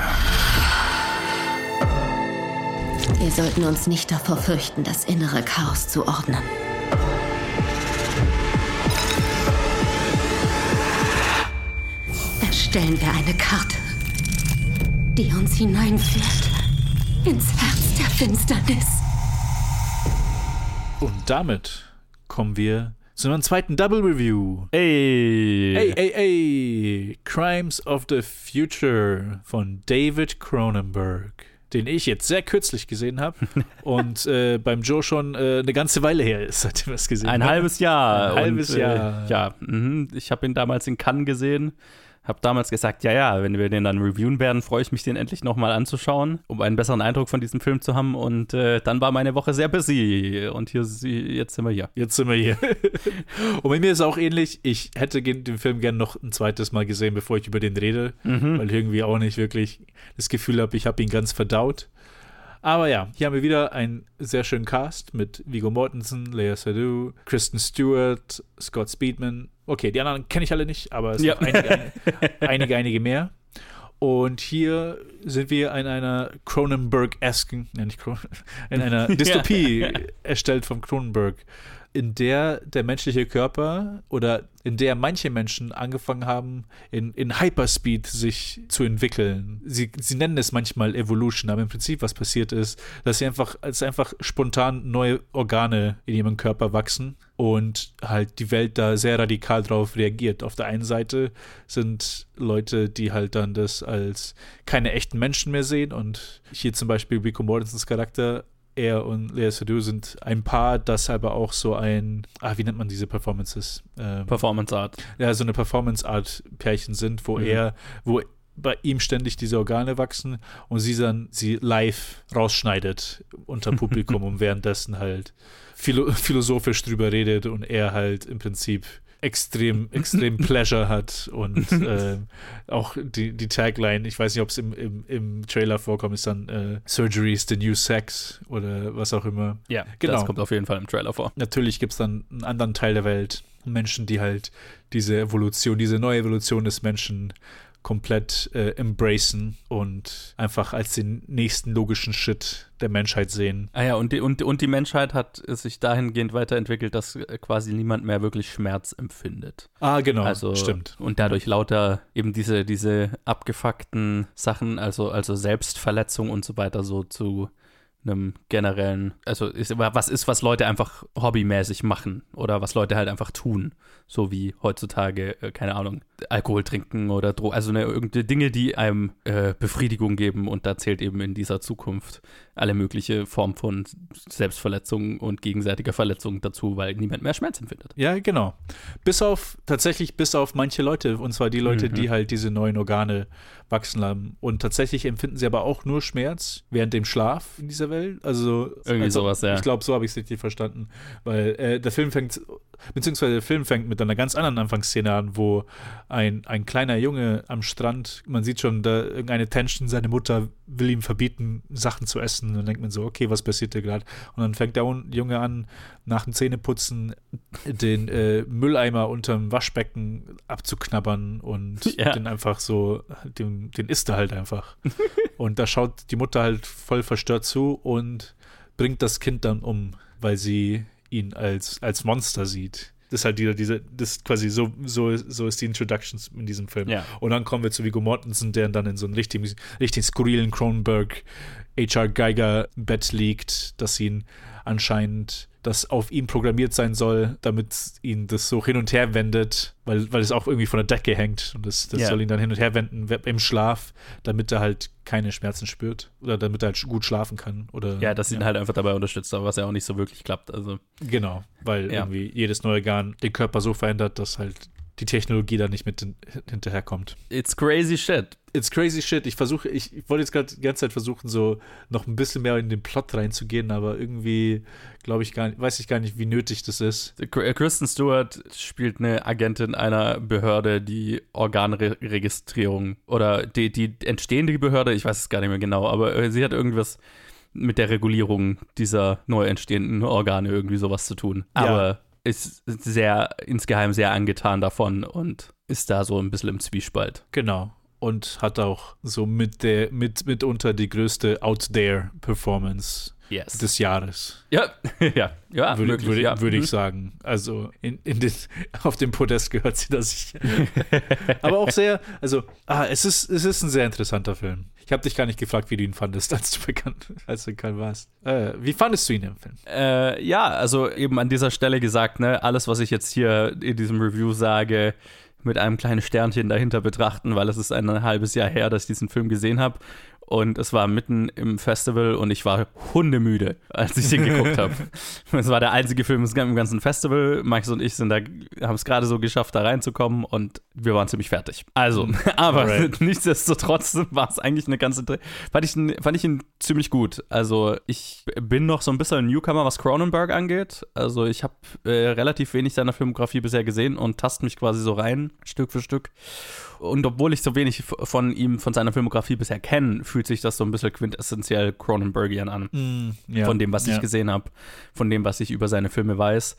Wir sollten uns nicht davor fürchten, das innere Chaos zu ordnen. Erstellen wir eine Karte, die uns hineinführt ins Herz der Finsternis. Und damit kommen wir zu einem zweiten Double Review. Ey. Crimes of the Future von David Cronenberg, den ich jetzt sehr kürzlich gesehen habe und beim Joe schon eine ganze Weile her ist, seitdem wir es gesehen haben. Ein halbes Jahr. Ein halbes Jahr. Ich habe ihn damals in Cannes gesehen. Habe damals gesagt, ja, wenn wir den dann reviewen werden, freue ich mich, den endlich nochmal anzuschauen, um einen besseren Eindruck von diesem Film zu haben. Und dann war meine Woche sehr busy. Und jetzt sind wir hier. Und bei mir ist es auch ähnlich. Ich hätte den Film gerne noch ein zweites Mal gesehen, bevor ich über den rede, weil ich irgendwie auch nicht wirklich das Gefühl habe, ich habe ihn ganz verdaut. Aber ja, hier haben wir wieder einen sehr schönen Cast mit Viggo Mortensen, Lea Seydoux, Kristen Stewart, Scott Speedman. Okay, die anderen kenne ich alle nicht, aber es sind einige mehr. Und hier sind wir in einer Cronenberg-esken, in einer Dystopie erstellt vom Cronenberg, in der der menschliche Körper oder in der manche Menschen angefangen haben, in Hyperspeed sich zu entwickeln. Sie nennen es manchmal Evolution, aber im Prinzip, was passiert ist, dass einfach spontan neue Organe in ihrem Körper wachsen und halt die Welt da sehr radikal drauf reagiert. Auf der einen Seite sind Leute, die halt dann das als keine echten Menschen mehr sehen, und hier zum Beispiel Viggo Mortensens Charakter, er und Lea Seydoux sind ein Paar, das aber auch so ein, wie nennt man diese Performances? Performance Art. Ja, so eine Performance Art Pärchen sind, wo bei ihm ständig diese Organe wachsen und sie live rausschneidet unter Publikum und währenddessen halt philosophisch drüber redet und er halt im Prinzip extrem Pleasure hat und auch die Tagline, ich weiß nicht, ob es im Trailer vorkommt, ist dann Surgery is the new sex oder was auch immer. Ja, genau. Das kommt auf jeden Fall im Trailer vor. Natürlich gibt es dann einen anderen Teil der Welt, Menschen, die halt diese neue Evolution des Menschen komplett embracen und einfach als den nächsten logischen Schritt der Menschheit sehen. Ah ja, und die Menschheit hat sich dahingehend weiterentwickelt, dass quasi niemand mehr wirklich Schmerz empfindet. Ah, genau, also, stimmt. Und dadurch lauter eben diese abgefuckten Sachen, also Selbstverletzung und so weiter, so zu einem generellen, also was Leute einfach hobbymäßig machen oder was Leute halt einfach tun, so wie heutzutage, keine Ahnung, Alkohol trinken oder also irgendeine Dinge, die einem Befriedigung geben, und da zählt eben in dieser Zukunft alle mögliche Formen von Selbstverletzung und gegenseitiger Verletzung dazu, weil niemand mehr Schmerz empfindet. Ja, genau. Bis auf manche Leute, und zwar die Leute, die halt diese neuen Organe wachsen haben. Und tatsächlich empfinden sie aber auch nur Schmerz während dem Schlaf in dieser Welt. Also irgendwie sowas, ja. Ich glaube, so habe ich es richtig verstanden. Weil der Film fängt mit einer ganz anderen Anfangsszene an, wo ein kleiner Junge am Strand, man sieht schon da irgendeine Tension, seine Mutter will ihm verbieten, Sachen zu essen. Und dann denkt man so, okay, was passiert da gerade? Und dann fängt der Junge an, nach dem Zähneputzen den Mülleimer unterm Waschbecken abzuknabbern und den einfach so, den isst er halt einfach. Und da schaut die Mutter halt voll verstört zu und bringt das Kind dann um, weil sie ihn als Monster sieht. Das ist halt das ist quasi so ist die Introduction in diesem Film. Ja. Und dann kommen wir zu Viggo Mortensen, der dann in so einem richtig skurrilen Cronenberg H.R. Geiger Bett liegt, das auf ihn programmiert sein soll, damit ihn das so hin und her wendet, weil es auch irgendwie von der Decke hängt, und das soll ihn dann hin und her wenden im Schlaf, damit er halt keine Schmerzen spürt oder damit er halt gut schlafen kann. Dass ihn halt einfach dabei unterstützt, aber was ja auch nicht so wirklich klappt. Also. Genau, weil irgendwie jedes neue Organ den Körper so verändert, dass halt die Technologie da nicht mit hinterherkommt. It's crazy shit. It's crazy shit. Ich wollte jetzt gerade die ganze Zeit versuchen, so noch ein bisschen mehr in den Plot reinzugehen, aber irgendwie weiß ich gar nicht, wie nötig das ist. Kristen Stewart spielt eine Agentin einer Behörde, die Organregistrierung oder die entstehende Behörde, ich weiß es gar nicht mehr genau, aber sie hat irgendwas mit der Regulierung dieser neu entstehenden Organe irgendwie sowas zu tun. Ja. Aber ist insgeheim sehr angetan davon und ist da so ein bisschen im Zwiespalt. Genau. Und hat auch so mitunter die größte Out-There-Performance des Jahres. Ja, würde ich sagen. Also auf dem Podest gehört sie da sicher. Aber auch sehr, es ist ein sehr interessanter Film. Ich habe dich gar nicht gefragt, wie du ihn fandest, als du bekannt warst. Wie fandest du ihn im Film? Also eben an dieser Stelle gesagt, ne, alles, was ich jetzt hier in diesem Review sage, mit einem kleinen Sternchen dahinter betrachten, weil es ist ein halbes Jahr her, dass ich diesen Film gesehen habe. Und es war mitten im Festival und ich war hundemüde, als ich den geguckt habe. Es war der einzige Film im ganzen Festival. Max und ich haben es gerade so geschafft, da reinzukommen und wir waren ziemlich fertig. Also, aber nichtsdestotrotz war es eigentlich eine ganze fand ich ihn ziemlich gut. Also, ich bin noch so ein bisschen ein Newcomer, was Cronenberg angeht. Also, ich habe relativ wenig seiner Filmografie bisher gesehen und taste mich quasi so rein, Stück für Stück. Und obwohl ich so wenig von seiner Filmografie bisher kenne, fühlt sich das so ein bisschen quintessentiell Cronenbergian an. Von dem, was ich gesehen habe, von dem, was ich über seine Filme weiß.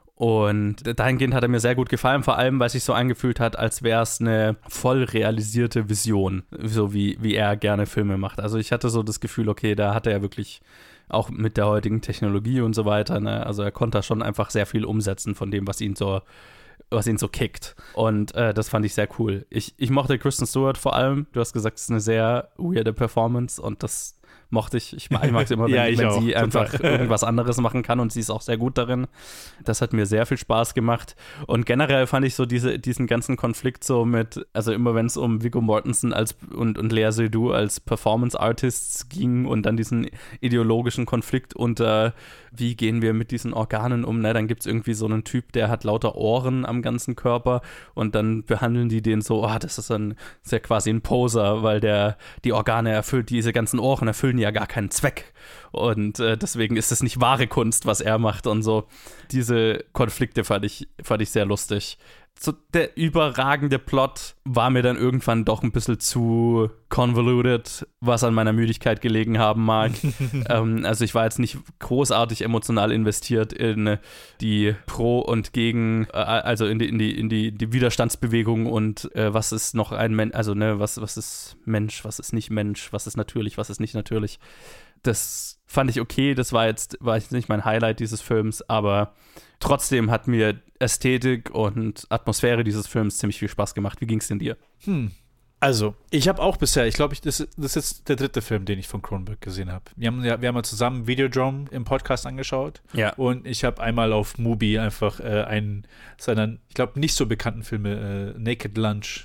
Und dahingehend hat er mir sehr gut gefallen, vor allem, weil es sich so angefühlt hat, als wäre es eine voll realisierte Vision, so wie er gerne Filme macht. Also ich hatte so das Gefühl, okay, da hat er wirklich auch mit der heutigen Technologie und so weiter, ne? Also er konnte da schon einfach sehr viel umsetzen von dem, was ihn so kickt. Und das fand ich sehr cool. Ich mochte Kristen Stewart vor allem. Du hast gesagt, es ist eine sehr weirde Performance und das mochte ich. Ich mag es immer, wenn sie einfach irgendwas anderes machen kann und sie ist auch sehr gut darin. Das hat mir sehr viel Spaß gemacht. Und generell fand ich so diesen ganzen Konflikt so also immer wenn es um Viggo Mortensen und Lea Seydoux als Performance-Artists ging und dann diesen ideologischen Konflikt unter wie gehen wir mit diesen Organen um, ne? Dann gibt es irgendwie so einen Typ, der hat lauter Ohren am ganzen Körper und dann behandeln die den so, das ist ja quasi ein Poser, weil die Organe diese ganzen Ohren erfüllen ja gar keinen Zweck und deswegen ist es nicht wahre Kunst, was er macht und so. Diese Konflikte fand ich sehr lustig. So, der überragende Plot war mir dann irgendwann doch ein bisschen zu convoluted, was an meiner Müdigkeit gelegen haben mag. Also ich war jetzt nicht großartig emotional investiert in die Pro und Gegen, also in die Widerstandsbewegung und was ist noch ein Mensch, also ne, was ist Mensch, was ist nicht Mensch, was ist natürlich, was ist nicht natürlich. Das fand ich okay, das war jetzt nicht mein Highlight dieses Films, aber trotzdem hat mir Ästhetik und Atmosphäre dieses Films ziemlich viel Spaß gemacht. Wie ging es denn dir? Also, ich habe auch bisher, das ist jetzt der dritte Film, den ich von Cronenberg gesehen habe. Wir haben ja zusammen Videodrome im Podcast angeschaut. Ja. Und ich habe einmal auf Mubi einfach einen seiner, ich glaube, nicht so bekannten Filme, Naked Lunch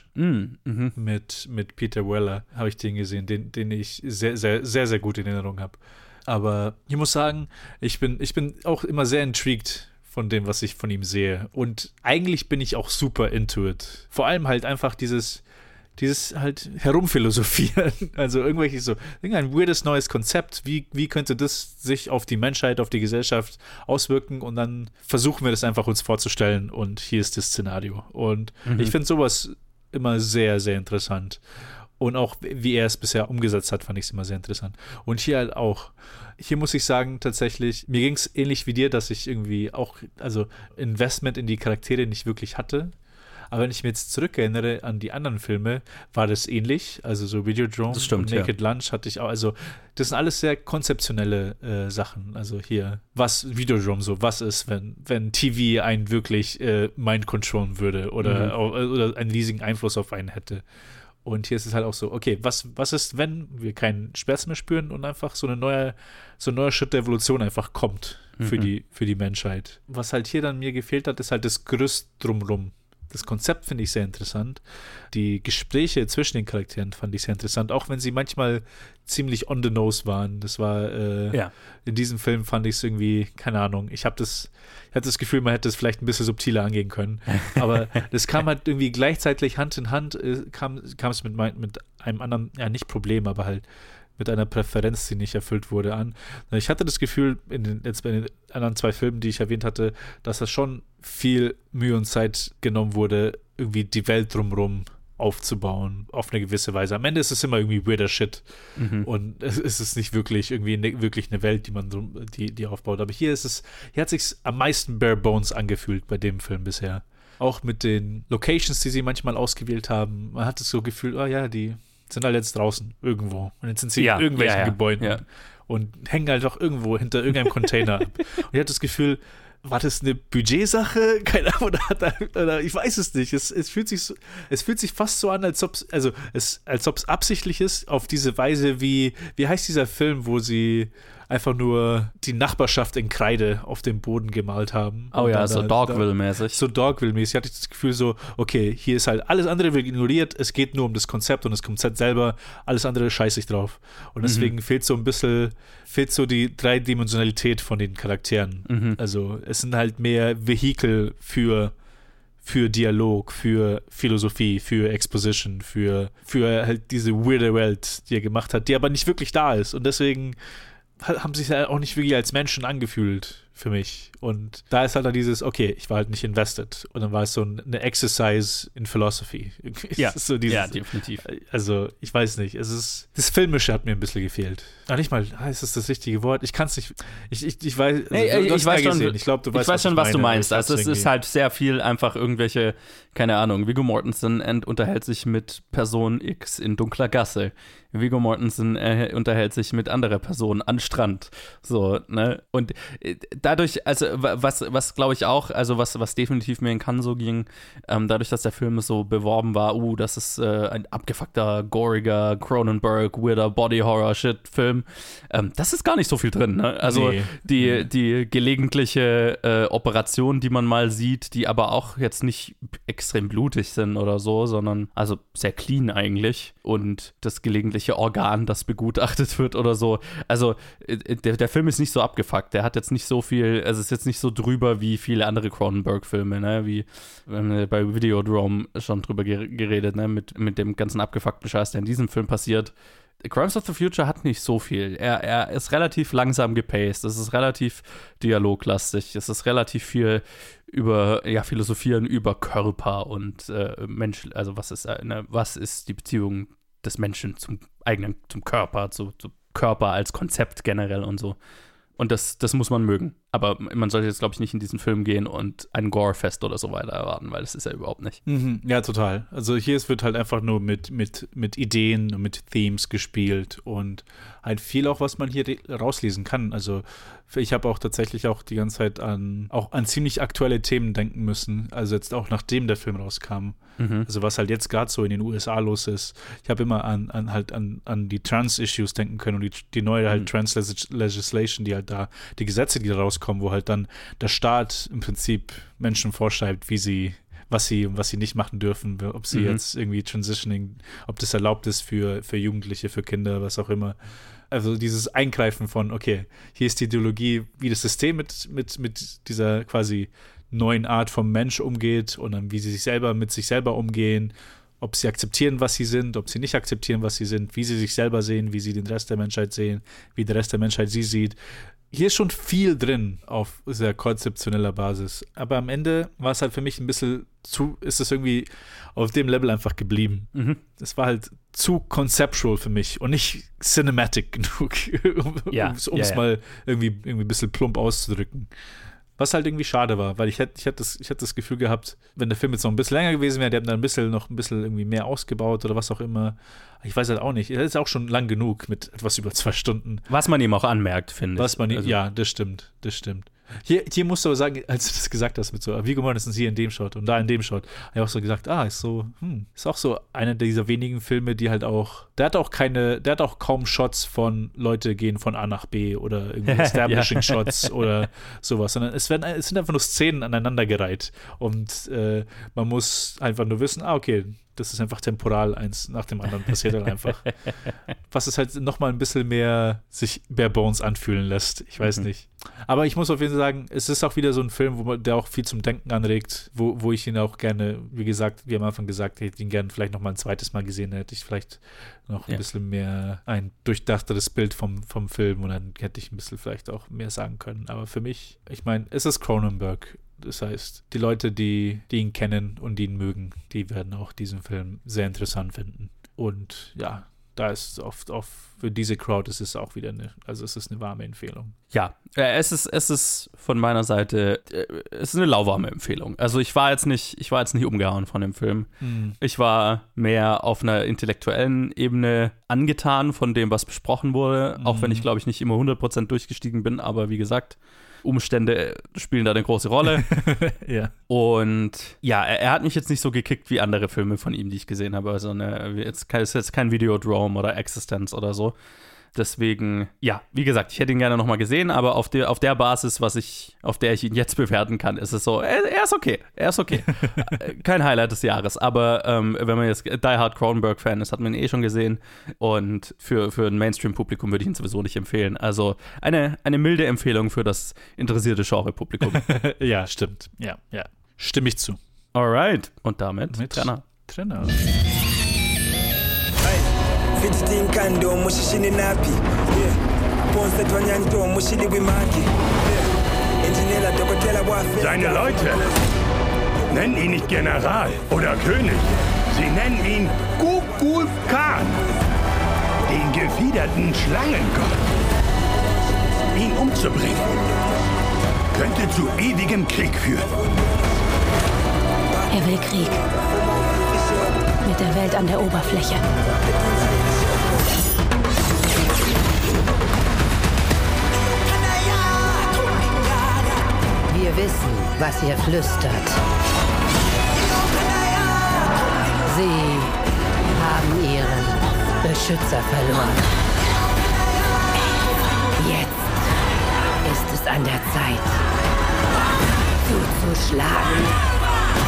mit Peter Weller, habe ich den gesehen, den ich sehr, sehr, sehr, sehr gut in Erinnerung habe. Aber ich muss sagen, ich bin auch immer sehr intrigued von dem, was ich von ihm sehe. Und eigentlich bin ich auch super into it. Vor allem halt einfach dieses halt Herumphilosophieren. Also irgendwelches ein weirdes neues Konzept. Wie könnte das sich auf die Menschheit, auf die Gesellschaft auswirken? Und dann versuchen wir das einfach uns vorzustellen. Und hier ist das Szenario. Und ich finde sowas immer sehr, sehr interessant. Und auch, wie er es bisher umgesetzt hat, fand ich es immer sehr interessant. Und hier halt auch. Hier muss ich sagen, tatsächlich, mir ging es ähnlich wie dir, dass ich irgendwie auch, Investment in die Charaktere nicht wirklich hatte. Aber wenn ich mir jetzt zurückerinnere an die anderen Filme, war das ähnlich. Also so Videodrome und Naked Lunch hatte ich auch. Also das sind alles sehr konzeptionelle Sachen. Also hier, Videodrome was ist, wenn TV einen wirklich mind controllen würde oder einen riesigen Einfluss auf einen hätte. Und hier ist es halt auch so, okay, was ist, wenn wir keinen Schmerz mehr spüren und einfach so ein neuer Schritt der Evolution einfach kommt für die Menschheit. Was halt hier dann mir gefehlt hat, ist halt das Gerüst drumrum. Das Konzept finde ich sehr interessant. Die Gespräche zwischen den Charakteren fand ich sehr interessant, auch wenn sie manchmal ziemlich on the nose waren. Das war in diesem Film fand ich es irgendwie, keine Ahnung, ich hatte das Gefühl, man hätte es vielleicht ein bisschen subtiler angehen können. Aber das kam halt irgendwie gleichzeitig Hand in Hand, kam es mit einem anderen, ja nicht Problem, aber halt mit einer Präferenz, die nicht erfüllt wurde, an. Ich hatte das Gefühl, bei den anderen 2 Filmen, die ich erwähnt hatte, dass das schon viel Mühe und Zeit genommen wurde, irgendwie die Welt drumherum aufzubauen, auf eine gewisse Weise. Am Ende ist es immer irgendwie weirder Shit. Und es ist nicht wirklich irgendwie wirklich eine Welt, die man die aufbaut. Aber hier hat es sich am meisten bare bones angefühlt bei dem Film bisher. Auch mit den Locations, die sie manchmal ausgewählt haben. Man hat das so gefühlt, die sind halt jetzt draußen irgendwo. Und jetzt sind sie in irgendwelchen Gebäuden und hängen halt auch irgendwo hinter irgendeinem Container ab. Und ich hatte das Gefühl, war das eine Budgetsache? Keine Ahnung, oder ich weiß es nicht. Es fühlt sich fast so an, als ob es absichtlich ist, auf diese Weise, wie heißt dieser Film, wo sie einfach nur die Nachbarschaft in Kreide auf dem Boden gemalt haben. Oh ja, so Dogville-mäßig. So Dogville-mäßig. Hatte ich das Gefühl so, okay, hier ist halt alles andere wird ignoriert, es geht nur um das Konzept und das Konzept selber, alles andere scheiße ich drauf. Und deswegen fehlt so die Dreidimensionalität von den Charakteren. Also es sind halt mehr Vehikel für Dialog, für Philosophie, für Exposition, für halt diese weirde Welt, die er gemacht hat, die aber nicht wirklich da ist. Und deswegen haben sich ja auch nicht wirklich als Menschen angefühlt für mich. Und da ist halt dann dieses, okay, ich war halt nicht invested. Und dann war es so eine Exercise in Philosophy. Ja, so dieses, ja, definitiv. Also, ich weiß nicht. Das Filmische hat mir ein bisschen gefehlt. Nicht mal, ist das richtige Wort? Ich kann es nicht. Ich weiß, du hast weiß schon, gesehen. Ich glaube, du weißt, was du meinst. Also, es ist halt sehr viel einfach irgendwelche, keine Ahnung, Viggo Mortensen unterhält sich mit Person X in dunkler Gasse. Viggo Mortensen unterhält sich mit anderer Person an Strand. So, ne? Und dadurch, also was glaube ich auch, also was definitiv mir in Cannes so ging, dadurch, dass der Film so beworben war, das ist ein abgefuckter, goriger, Cronenberg, weirder Body-Horror-Shit-Film, das ist gar nicht so viel drin, ne? Also die gelegentliche Operation, die man mal sieht, die aber auch jetzt nicht extrem blutig sind oder so, sondern also sehr clean eigentlich, und das gelegentliche Organ, das begutachtet wird oder so. Also der Film ist nicht so abgefuckt, der hat jetzt nicht so viel, also ist jetzt nicht so drüber wie viele andere Cronenberg-Filme, ne? Wie bei Videodrome schon drüber geredet, ne? Mit dem ganzen abgefuckten Scheiß, der in diesem Film passiert. Crimes of the Future hat nicht so viel. Er ist relativ langsam gepaced, es ist relativ dialoglastig, es ist relativ viel über, Philosophieren über Körper und Mensch, also was ist die Beziehung des Menschen zum Körper, zu Körper als Konzept generell und so. Und das muss man mögen. Aber man sollte jetzt, glaube ich, nicht in diesen Film gehen und ein Gore-Fest oder so weiter erwarten, weil das ist ja überhaupt nicht. Ja, total. Also hier wird halt einfach nur mit Ideen und mit Themes gespielt und halt viel auch, was man hier rauslesen kann. Also ich habe auch tatsächlich auch die ganze Zeit an ziemlich aktuelle Themen denken müssen. Also jetzt auch nachdem der Film rauskam. Also was halt jetzt gerade so in den USA los ist. Ich habe immer an die Trans-Issues denken können und die neue halt Trans-Legislation, die halt da, die Gesetze, die da rauskommen, wo halt dann der Staat im Prinzip Menschen vorschreibt, was sie nicht machen dürfen, ob sie jetzt irgendwie Transitioning, ob das erlaubt ist für Jugendliche, für Kinder, was auch immer. Also dieses Eingreifen von, okay, hier ist die Ideologie, wie das System mit dieser quasi neuen Art vom Mensch umgeht und dann wie sie mit sich selber umgehen, ob sie akzeptieren, was sie sind, ob sie nicht akzeptieren, was sie sind, wie sie sich selber sehen, wie sie den Rest der Menschheit sehen, wie der Rest der Menschheit sie sieht. Hier ist schon viel drin auf sehr konzeptioneller Basis. Aber am Ende war es halt für mich ein bisschen ist es irgendwie auf dem Level einfach geblieben. Es war halt zu conceptual für mich und nicht cinematic genug, um es mal irgendwie ein bisschen plump auszudrücken. Was halt irgendwie schade war, weil ich hätte das Gefühl gehabt, wenn der Film jetzt noch ein bisschen länger gewesen wäre, die hätten dann noch ein bisschen irgendwie mehr ausgebaut oder was auch immer. Ich weiß halt auch nicht. Er ist auch schon lang genug mit etwas über 2 Stunden. Was man ihm auch anmerkt, finde ich. Ja, das stimmt. Hier musst du aber sagen, als du das gesagt hast, mit so, Viggo Mortensen ist hier in dem Shot und da in dem Shot, habe ich auch so gesagt, ist auch so einer dieser wenigen Filme, die halt auch, der hat auch kaum Shots von Leute gehen von A nach B oder irgendwie Establishing Shots oder sowas, sondern es sind einfach nur Szenen aneinandergereiht und man muss einfach nur wissen, okay, das ist einfach temporal, eins nach dem anderen passiert dann einfach. Was es halt nochmal ein bisschen mehr sich bare bones anfühlen lässt. Ich weiß nicht. Aber ich muss auf jeden Fall sagen, es ist auch wieder so ein Film, der auch viel zum Denken anregt, wo ich ihn auch gerne, wie am Anfang gesagt, hätte ihn gerne vielleicht nochmal ein zweites Mal gesehen, hätte ich vielleicht noch ein bisschen mehr ein durchdachteres Bild vom Film und dann hätte ich ein bisschen vielleicht auch mehr sagen können. Aber für mich, ich meine, es ist Cronenberg. Das heißt, die Leute, die ihn kennen und ihn mögen, die werden auch diesen Film sehr interessant finden. Und ja, da ist oft für diese Crowd ist es auch wieder es ist eine warme Empfehlung. Ja, es ist von meiner Seite, es ist eine lauwarme Empfehlung. Also ich war jetzt nicht umgehauen von dem Film. Ich war mehr auf einer intellektuellen Ebene angetan von dem, was besprochen wurde, auch wenn ich, glaube ich, nicht immer 100% durchgestiegen bin, aber wie gesagt, Umstände spielen da eine große Rolle. Ja. Und ja, er hat mich jetzt nicht so gekickt wie andere Filme von ihm, die ich gesehen habe. Also es ist jetzt kein Videodrome oder Existence oder so. Deswegen, ja, wie gesagt, ich hätte ihn gerne nochmal gesehen, aber auf der Basis, auf der ich ihn jetzt bewerten kann, ist es so, er ist okay. Kein Highlight des Jahres, aber wenn man jetzt Die Hard Cronenberg-Fan ist, hat man ihn schon gesehen und für ein Mainstream-Publikum würde ich ihn sowieso nicht empfehlen. Also eine milde Empfehlung für das interessierte Genre-Publikum. Ja, stimmt. Ja. Stimme ich zu. Alright. Und damit Trenner. Seine Leute nennen ihn nicht General oder König. Sie nennen ihn Kukulkan, den gefiederten Schlangengott. Ihn umzubringen könnte zu ewigem Krieg führen. Er will Krieg. Mit der Welt an der Oberfläche. Wir wissen, was ihr flüstert. Sie haben ihren Beschützer verloren. Jetzt ist es an der Zeit, zuzuschlagen.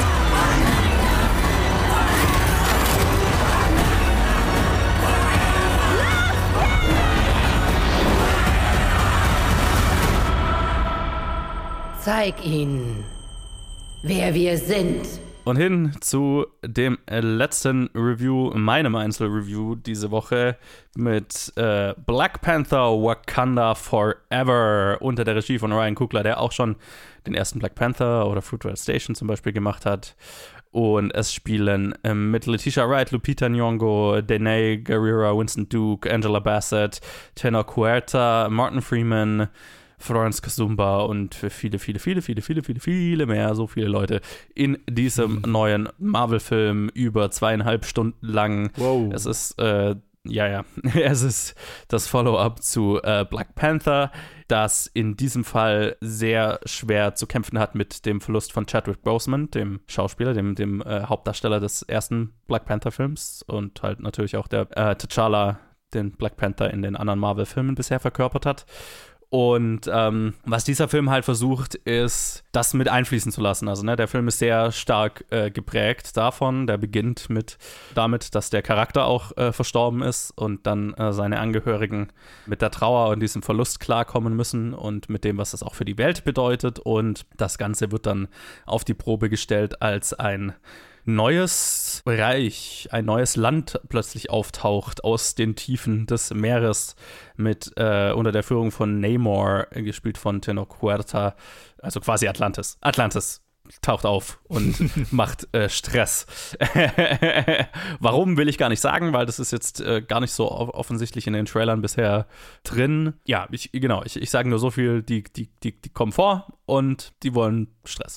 Zeig ihnen, wer wir sind. Und hin zu dem letzten Review, meinem Einzelreview diese Woche mit Black Panther Wakanda Forever unter der Regie von Ryan Coogler, der auch schon den ersten Black Panther oder Fruitvale Station zum Beispiel gemacht hat. Und es spielen mit Letitia Wright, Lupita Nyong'o, Danai Gurira, Winston Duke, Angela Bassett, Tenoch Huerta, Martin Freeman, Florence Kasumba und für viele mehr, so viele Leute in diesem neuen Marvel-Film über 2,5 Stunden lang. Wow. Es ist, es ist das Follow-up zu Black Panther, das in diesem Fall sehr schwer zu kämpfen hat mit dem Verlust von Chadwick Boseman, dem Schauspieler, dem Hauptdarsteller des ersten Black Panther-Films und halt natürlich auch der T'Challa, den Black Panther in den anderen Marvel-Filmen bisher verkörpert hat. Und was dieser Film halt versucht, ist, das mit einfließen zu lassen. Also der Film ist sehr stark geprägt davon. Der beginnt damit, dass der Charakter auch verstorben ist und dann seine Angehörigen mit der Trauer und diesem Verlust klarkommen müssen und mit dem, was das auch für die Welt bedeutet. Und das Ganze wird dann auf die Probe gestellt, als ein neues Reich, ein neues Land plötzlich auftaucht aus den Tiefen des Meeres mit unter der Führung von Namor, gespielt von Tenoch Huerta, also quasi Atlantis. Atlantis taucht auf und macht Stress. Warum, will ich gar nicht sagen, weil das ist jetzt gar nicht so offensichtlich in den Trailern bisher drin. Ja, ich sage nur so viel, die kommen vor und die wollen Stress.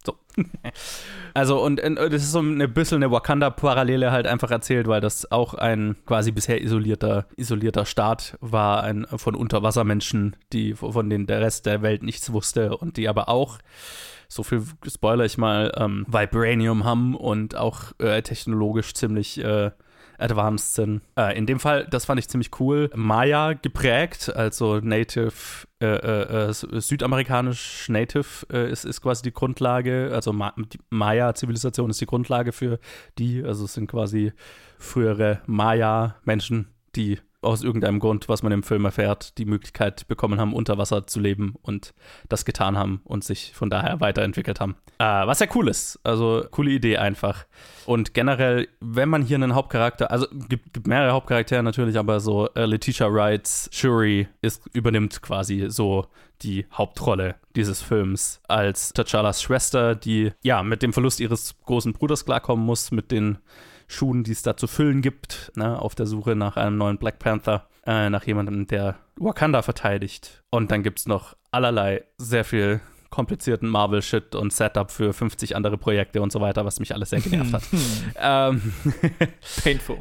So. Also, und das ist so ein bisschen eine Wakanda-Parallele halt einfach erzählt, weil das auch ein quasi bisher isolierter Staat war, von Unterwassermenschen, von denen der Rest der Welt nichts wusste und die aber auch, so viel spoiler ich mal, Vibranium haben und auch technologisch ziemlich advanced sind. In dem Fall, das fand ich ziemlich cool, Maya geprägt, also Native, südamerikanisch Native ist quasi die Grundlage, also die Maya-Zivilisation ist die Grundlage für die, also es sind quasi frühere Maya-Menschen, die aus irgendeinem Grund, was man im Film erfährt, die Möglichkeit bekommen haben, unter Wasser zu leben und das getan haben und sich von daher weiterentwickelt haben. Was ja cool ist, also coole Idee einfach. Und generell, wenn man hier einen Hauptcharakter, also gibt mehrere Hauptcharaktere natürlich, aber so Letitia Wrights Shuri übernimmt quasi so die Hauptrolle dieses Films als T'Challas Schwester, die ja mit dem Verlust ihres großen Bruders klarkommen muss, mit den Schuhen, die es da zu füllen gibt, ne, auf der Suche nach einem neuen Black Panther, nach jemandem, der Wakanda verteidigt. Und dann gibt es noch allerlei sehr viel komplizierten Marvel-Shit und Setup für 50 andere Projekte und so weiter, was mich alles sehr genervt hat. Painful.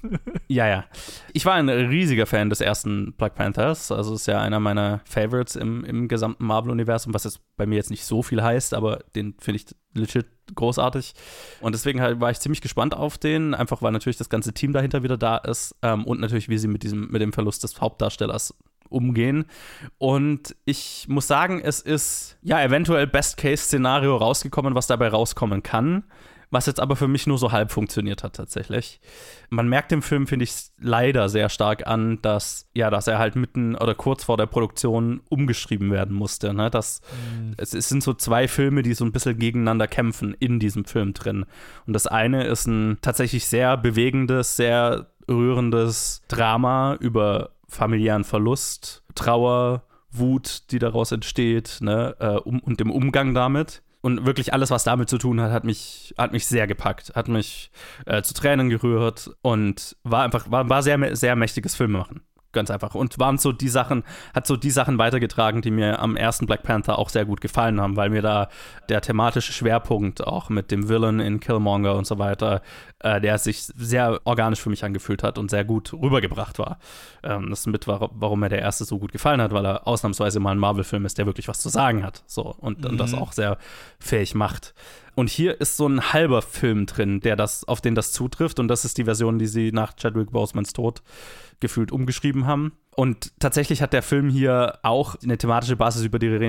Ja. Ich war ein riesiger Fan des ersten Black Panthers, also ist ja einer meiner Favorites im gesamten Marvel-Universum, was jetzt bei mir jetzt nicht so viel heißt, aber den finde ich legit großartig. Und deswegen war ich ziemlich gespannt auf den, einfach weil natürlich das ganze Team dahinter wieder da ist und natürlich, wie sie mit dem Verlust des Hauptdarstellers umgehen. Und ich muss sagen, es ist ja eventuell Best-Case-Szenario rausgekommen, was dabei rauskommen kann, was jetzt aber für mich nur so halb funktioniert hat tatsächlich. Man merkt im Film, finde ich, leider sehr stark an, dass er halt mitten oder kurz vor der Produktion umgeschrieben werden musste. Ne? Es sind so zwei Filme, die so ein bisschen gegeneinander kämpfen in diesem Film drin. Und das eine ist ein tatsächlich sehr bewegendes, sehr rührendes Drama über familiären Verlust, Trauer, Wut, die daraus entsteht, ne, und dem Umgang damit. Und wirklich alles, was damit zu tun hat, hat mich sehr gepackt, hat mich zu Tränen gerührt und war sehr, sehr mächtiges Filmemachen. Ganz einfach. Und hat so die Sachen weitergetragen, die mir am ersten Black Panther auch sehr gut gefallen haben, weil mir da der thematische Schwerpunkt auch mit dem Villain in Killmonger und so weiter, der sich sehr organisch für mich angefühlt hat und sehr gut rübergebracht war. Das ist mit, warum mir der erste so gut gefallen hat, weil er ausnahmsweise mal ein Marvel-Film ist, der wirklich was zu sagen hat. So, und das auch sehr fähig macht. Und hier ist so ein halber Film drin, auf den das zutrifft. Und das ist die Version, die sie nach Chadwick Bosemans Tod gefühlt umgeschrieben haben. Und tatsächlich hat der Film hier auch eine thematische Basis, über die er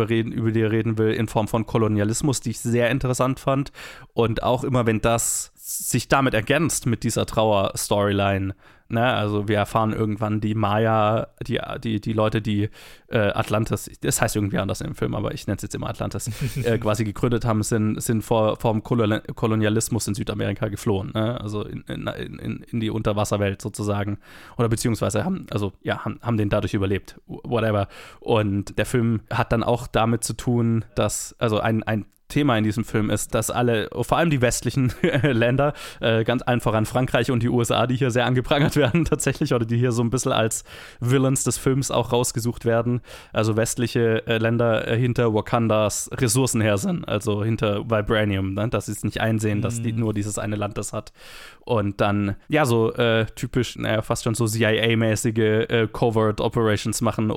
reden will, in Form von Kolonialismus, die ich sehr interessant fand. Und auch immer, wenn das sich damit ergänzt, mit dieser Trauer-Storyline, ne? Also wir erfahren irgendwann die Maya, die Leute, die Atlantis, das heißt irgendwie anders im Film, aber ich nenne es jetzt immer Atlantis, quasi gegründet haben, sind vor dem Kolonialismus in Südamerika geflohen, ne? Also in die Unterwasserwelt sozusagen, oder beziehungsweise haben den dadurch überlebt, whatever. Und der Film hat dann auch damit zu tun, dass, also ein Thema in diesem Film ist, dass vor allem die westlichen Länder, ganz allen voran Frankreich und die USA, die hier sehr angeprangert werden tatsächlich, oder die hier so ein bisschen als Villains des Films auch rausgesucht werden, also westliche Länder hinter Wakandas Ressourcen her sind, also hinter Vibranium, ne? Dass sie es nicht einsehen, dass nur dieses eine Land das hat. Und dann, ja, so typisch, fast schon so CIA-mäßige Covert Operations machen,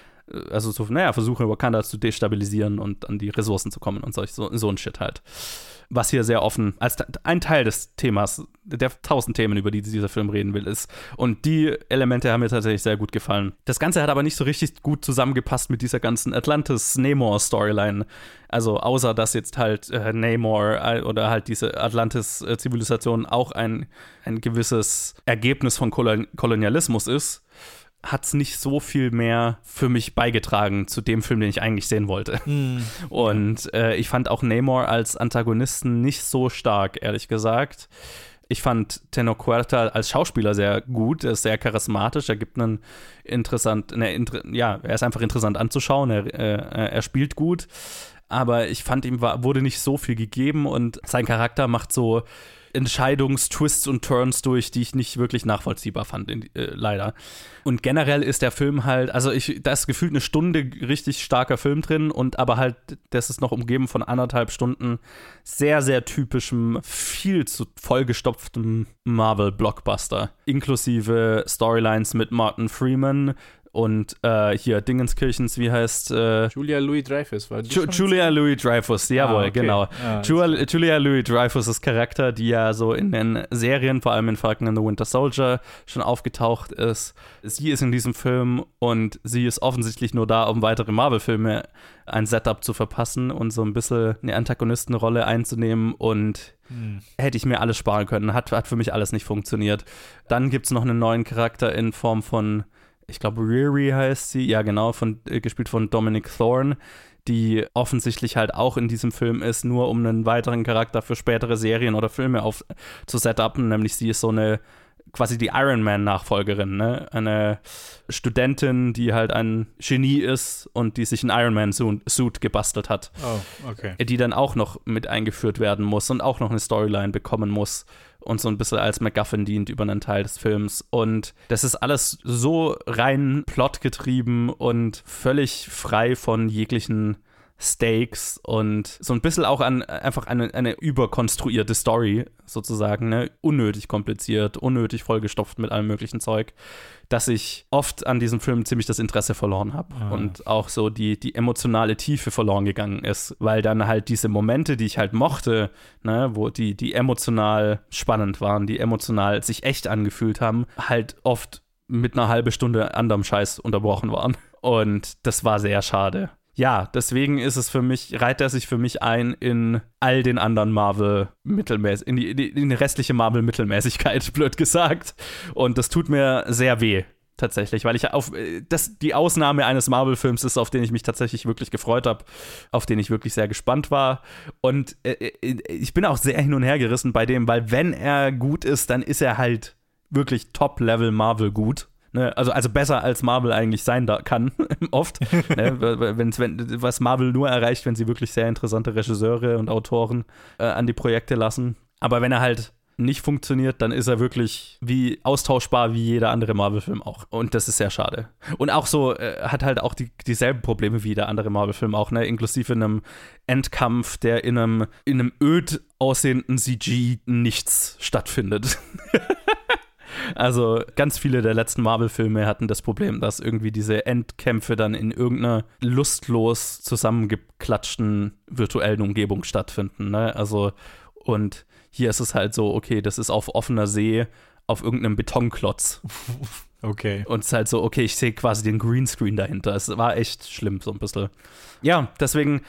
versuchen Wakanda zu destabilisieren und an die Ressourcen zu kommen und so ein Shit halt. Was hier sehr offen als ein Teil des Themas, der 1000 Themen, über die dieser Film reden will, ist. Und die Elemente haben mir tatsächlich sehr gut gefallen. Das Ganze hat aber nicht so richtig gut zusammengepasst mit dieser ganzen Atlantis-Namor-Storyline. Also außer, dass jetzt halt Namor oder halt diese Atlantis-Zivilisation auch ein gewisses Ergebnis von Kolonialismus ist, hat es nicht so viel mehr für mich beigetragen zu dem Film, den ich eigentlich sehen wollte. Und ich fand auch Namor als Antagonisten nicht so stark, ehrlich gesagt. Ich fand Tenoch Huerta als Schauspieler sehr gut, er ist sehr charismatisch, er gibt er ist einfach interessant anzuschauen, er spielt gut. aber ich fand, ihm wurde nicht so viel gegeben und sein Charakter macht so Entscheidungstwists und Turns durch, die ich nicht wirklich nachvollziehbar fand, leider. Und generell ist der Film halt, also da ist gefühlt eine Stunde richtig starker Film drin und aber halt, das ist noch umgeben von 1,5 Stunden sehr, sehr typischem, viel zu vollgestopftem Marvel-Blockbuster. Inklusive Storylines mit Martin Freeman und hier Dingenskirchens, wie heißt Julia Louis-Dreyfus, war die Julia Louis-Dreyfus, jawohl, okay. Genau. Julia Louis-Dreyfus' Charakter, die ja so in den Serien, vor allem in Falcon and the Winter Soldier, schon aufgetaucht ist. Sie ist in diesem Film und sie ist offensichtlich nur da, um weitere Marvel-Filme ein Setup zu verpassen und so ein bisschen eine Antagonistenrolle einzunehmen und hätte ich mir alles sparen können. Hat für mich alles nicht funktioniert. Dann gibt es noch einen neuen Charakter in Form von, ich glaube, Riri heißt sie, ja genau, gespielt von Dominic Thorne, die offensichtlich halt auch in diesem Film ist, nur um einen weiteren Charakter für spätere Serien oder Filme zu setupen, nämlich sie ist so eine, quasi die Iron Man-Nachfolgerin, ne? Eine Studentin, die halt ein Genie ist und die sich einen Iron Man-Suit gebastelt hat. Oh, okay. Die dann auch noch mit eingeführt werden muss und auch noch eine Storyline bekommen muss und so ein bisschen als MacGuffin dient über einen Teil des Films. Und das ist alles so rein plotgetrieben und völlig frei von jeglichen Stakes und so ein bisschen auch einfach eine überkonstruierte Story sozusagen, ne? Unnötig kompliziert, unnötig vollgestopft mit allem möglichen Zeug, dass ich oft an diesem Film ziemlich das Interesse verloren habe und auch so die emotionale Tiefe verloren gegangen ist, weil dann halt diese Momente, die ich halt mochte, ne, wo die emotional spannend waren, die emotional sich echt angefühlt haben, halt oft mit einer halben Stunde anderem Scheiß unterbrochen waren. Und das war sehr schade. Ja, deswegen reiht er sich für mich ein in all den anderen in die restliche Marvel-Mittelmäßigkeit, blöd gesagt. Und das tut mir sehr weh, tatsächlich, weil die Ausnahme eines Marvel-Films ist, auf den ich mich tatsächlich wirklich gefreut habe, auf den ich wirklich sehr gespannt war. Und ich bin auch sehr hin und her gerissen bei dem, weil wenn er gut ist, dann ist er halt wirklich Top-Level Marvel gut. Ne, also besser als Marvel eigentlich sein kann, oft. Ne, was Marvel nur erreicht, wenn sie wirklich sehr interessante Regisseure und Autoren an die Projekte lassen. Aber wenn er halt nicht funktioniert, dann ist er wirklich austauschbar wie jeder andere Marvel-Film auch. Und das ist sehr schade. Und auch so hat halt auch dieselben Probleme wie jeder andere Marvel-Film auch, ne? Inklusive einem Endkampf, der in einem öd aussehenden CG-Nichts stattfindet. Also ganz viele der letzten Marvel-Filme hatten das Problem, dass irgendwie diese Endkämpfe dann in irgendeiner lustlos zusammengeklatschten virtuellen Umgebung stattfinden, ne? Also, und hier ist es halt so, okay, das ist auf offener See auf irgendeinem Betonklotz. Okay. Und es ist halt so, okay, ich sehe quasi den Greenscreen dahinter. Es war echt schlimm, so ein bisschen. Ja, deswegen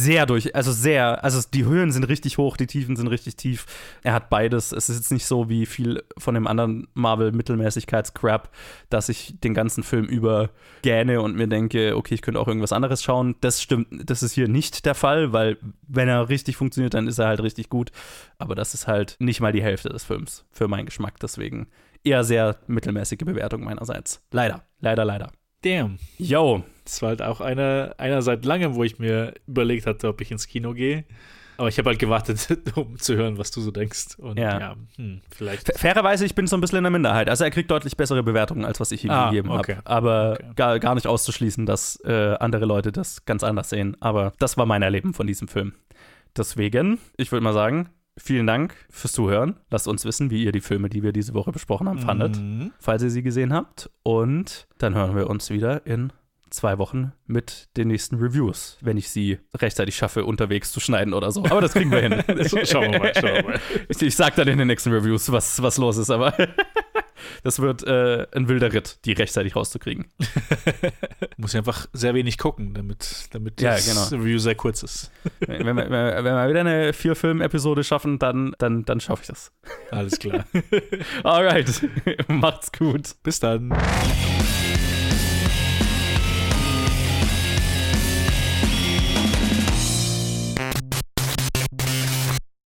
also die Höhen sind richtig hoch, die Tiefen sind richtig tief. Er hat beides. Es ist jetzt nicht so wie viel von dem anderen Marvel-Mittelmäßigkeits-Crap, dass ich den ganzen Film über gähne und mir denke, okay, ich könnte auch irgendwas anderes schauen. Das stimmt, das ist hier nicht der Fall, weil wenn er richtig funktioniert, dann ist er halt richtig gut. Aber das ist halt nicht mal die Hälfte des Films für meinen Geschmack. Deswegen eher sehr mittelmäßige Bewertung meinerseits. Leider. Damn. Yo. Das war halt auch einer seit langem, wo ich mir überlegt hatte, ob ich ins Kino gehe. Aber ich habe halt gewartet, um zu hören, was du so denkst. Und vielleicht. Fairerweise, ich bin so ein bisschen in der Minderheit. Also er kriegt deutlich bessere Bewertungen, als was ich ihm gegeben habe. Aber gar nicht auszuschließen, dass andere Leute das ganz anders sehen. Aber das war mein Erleben von diesem Film. Deswegen, ich würde mal sagen, vielen Dank fürs Zuhören. Lasst uns wissen, wie ihr die Filme, die wir diese Woche besprochen haben, fandet, falls ihr sie gesehen habt. Und dann hören wir uns wieder in 2 Wochen mit den nächsten Reviews, wenn ich sie rechtzeitig schaffe, unterwegs zu schneiden oder so. Aber das kriegen wir hin. Schauen wir mal. Ich sag dann in den nächsten Reviews, was los ist, aber das wird ein wilder Ritt, die rechtzeitig rauszukriegen. Muss ich einfach sehr wenig gucken, damit das Review sehr kurz ist. Wenn wir wieder eine 4-Film-Episode schaffen, dann schaffe ich das. Alles klar. Alright. Macht's gut. Bis dann.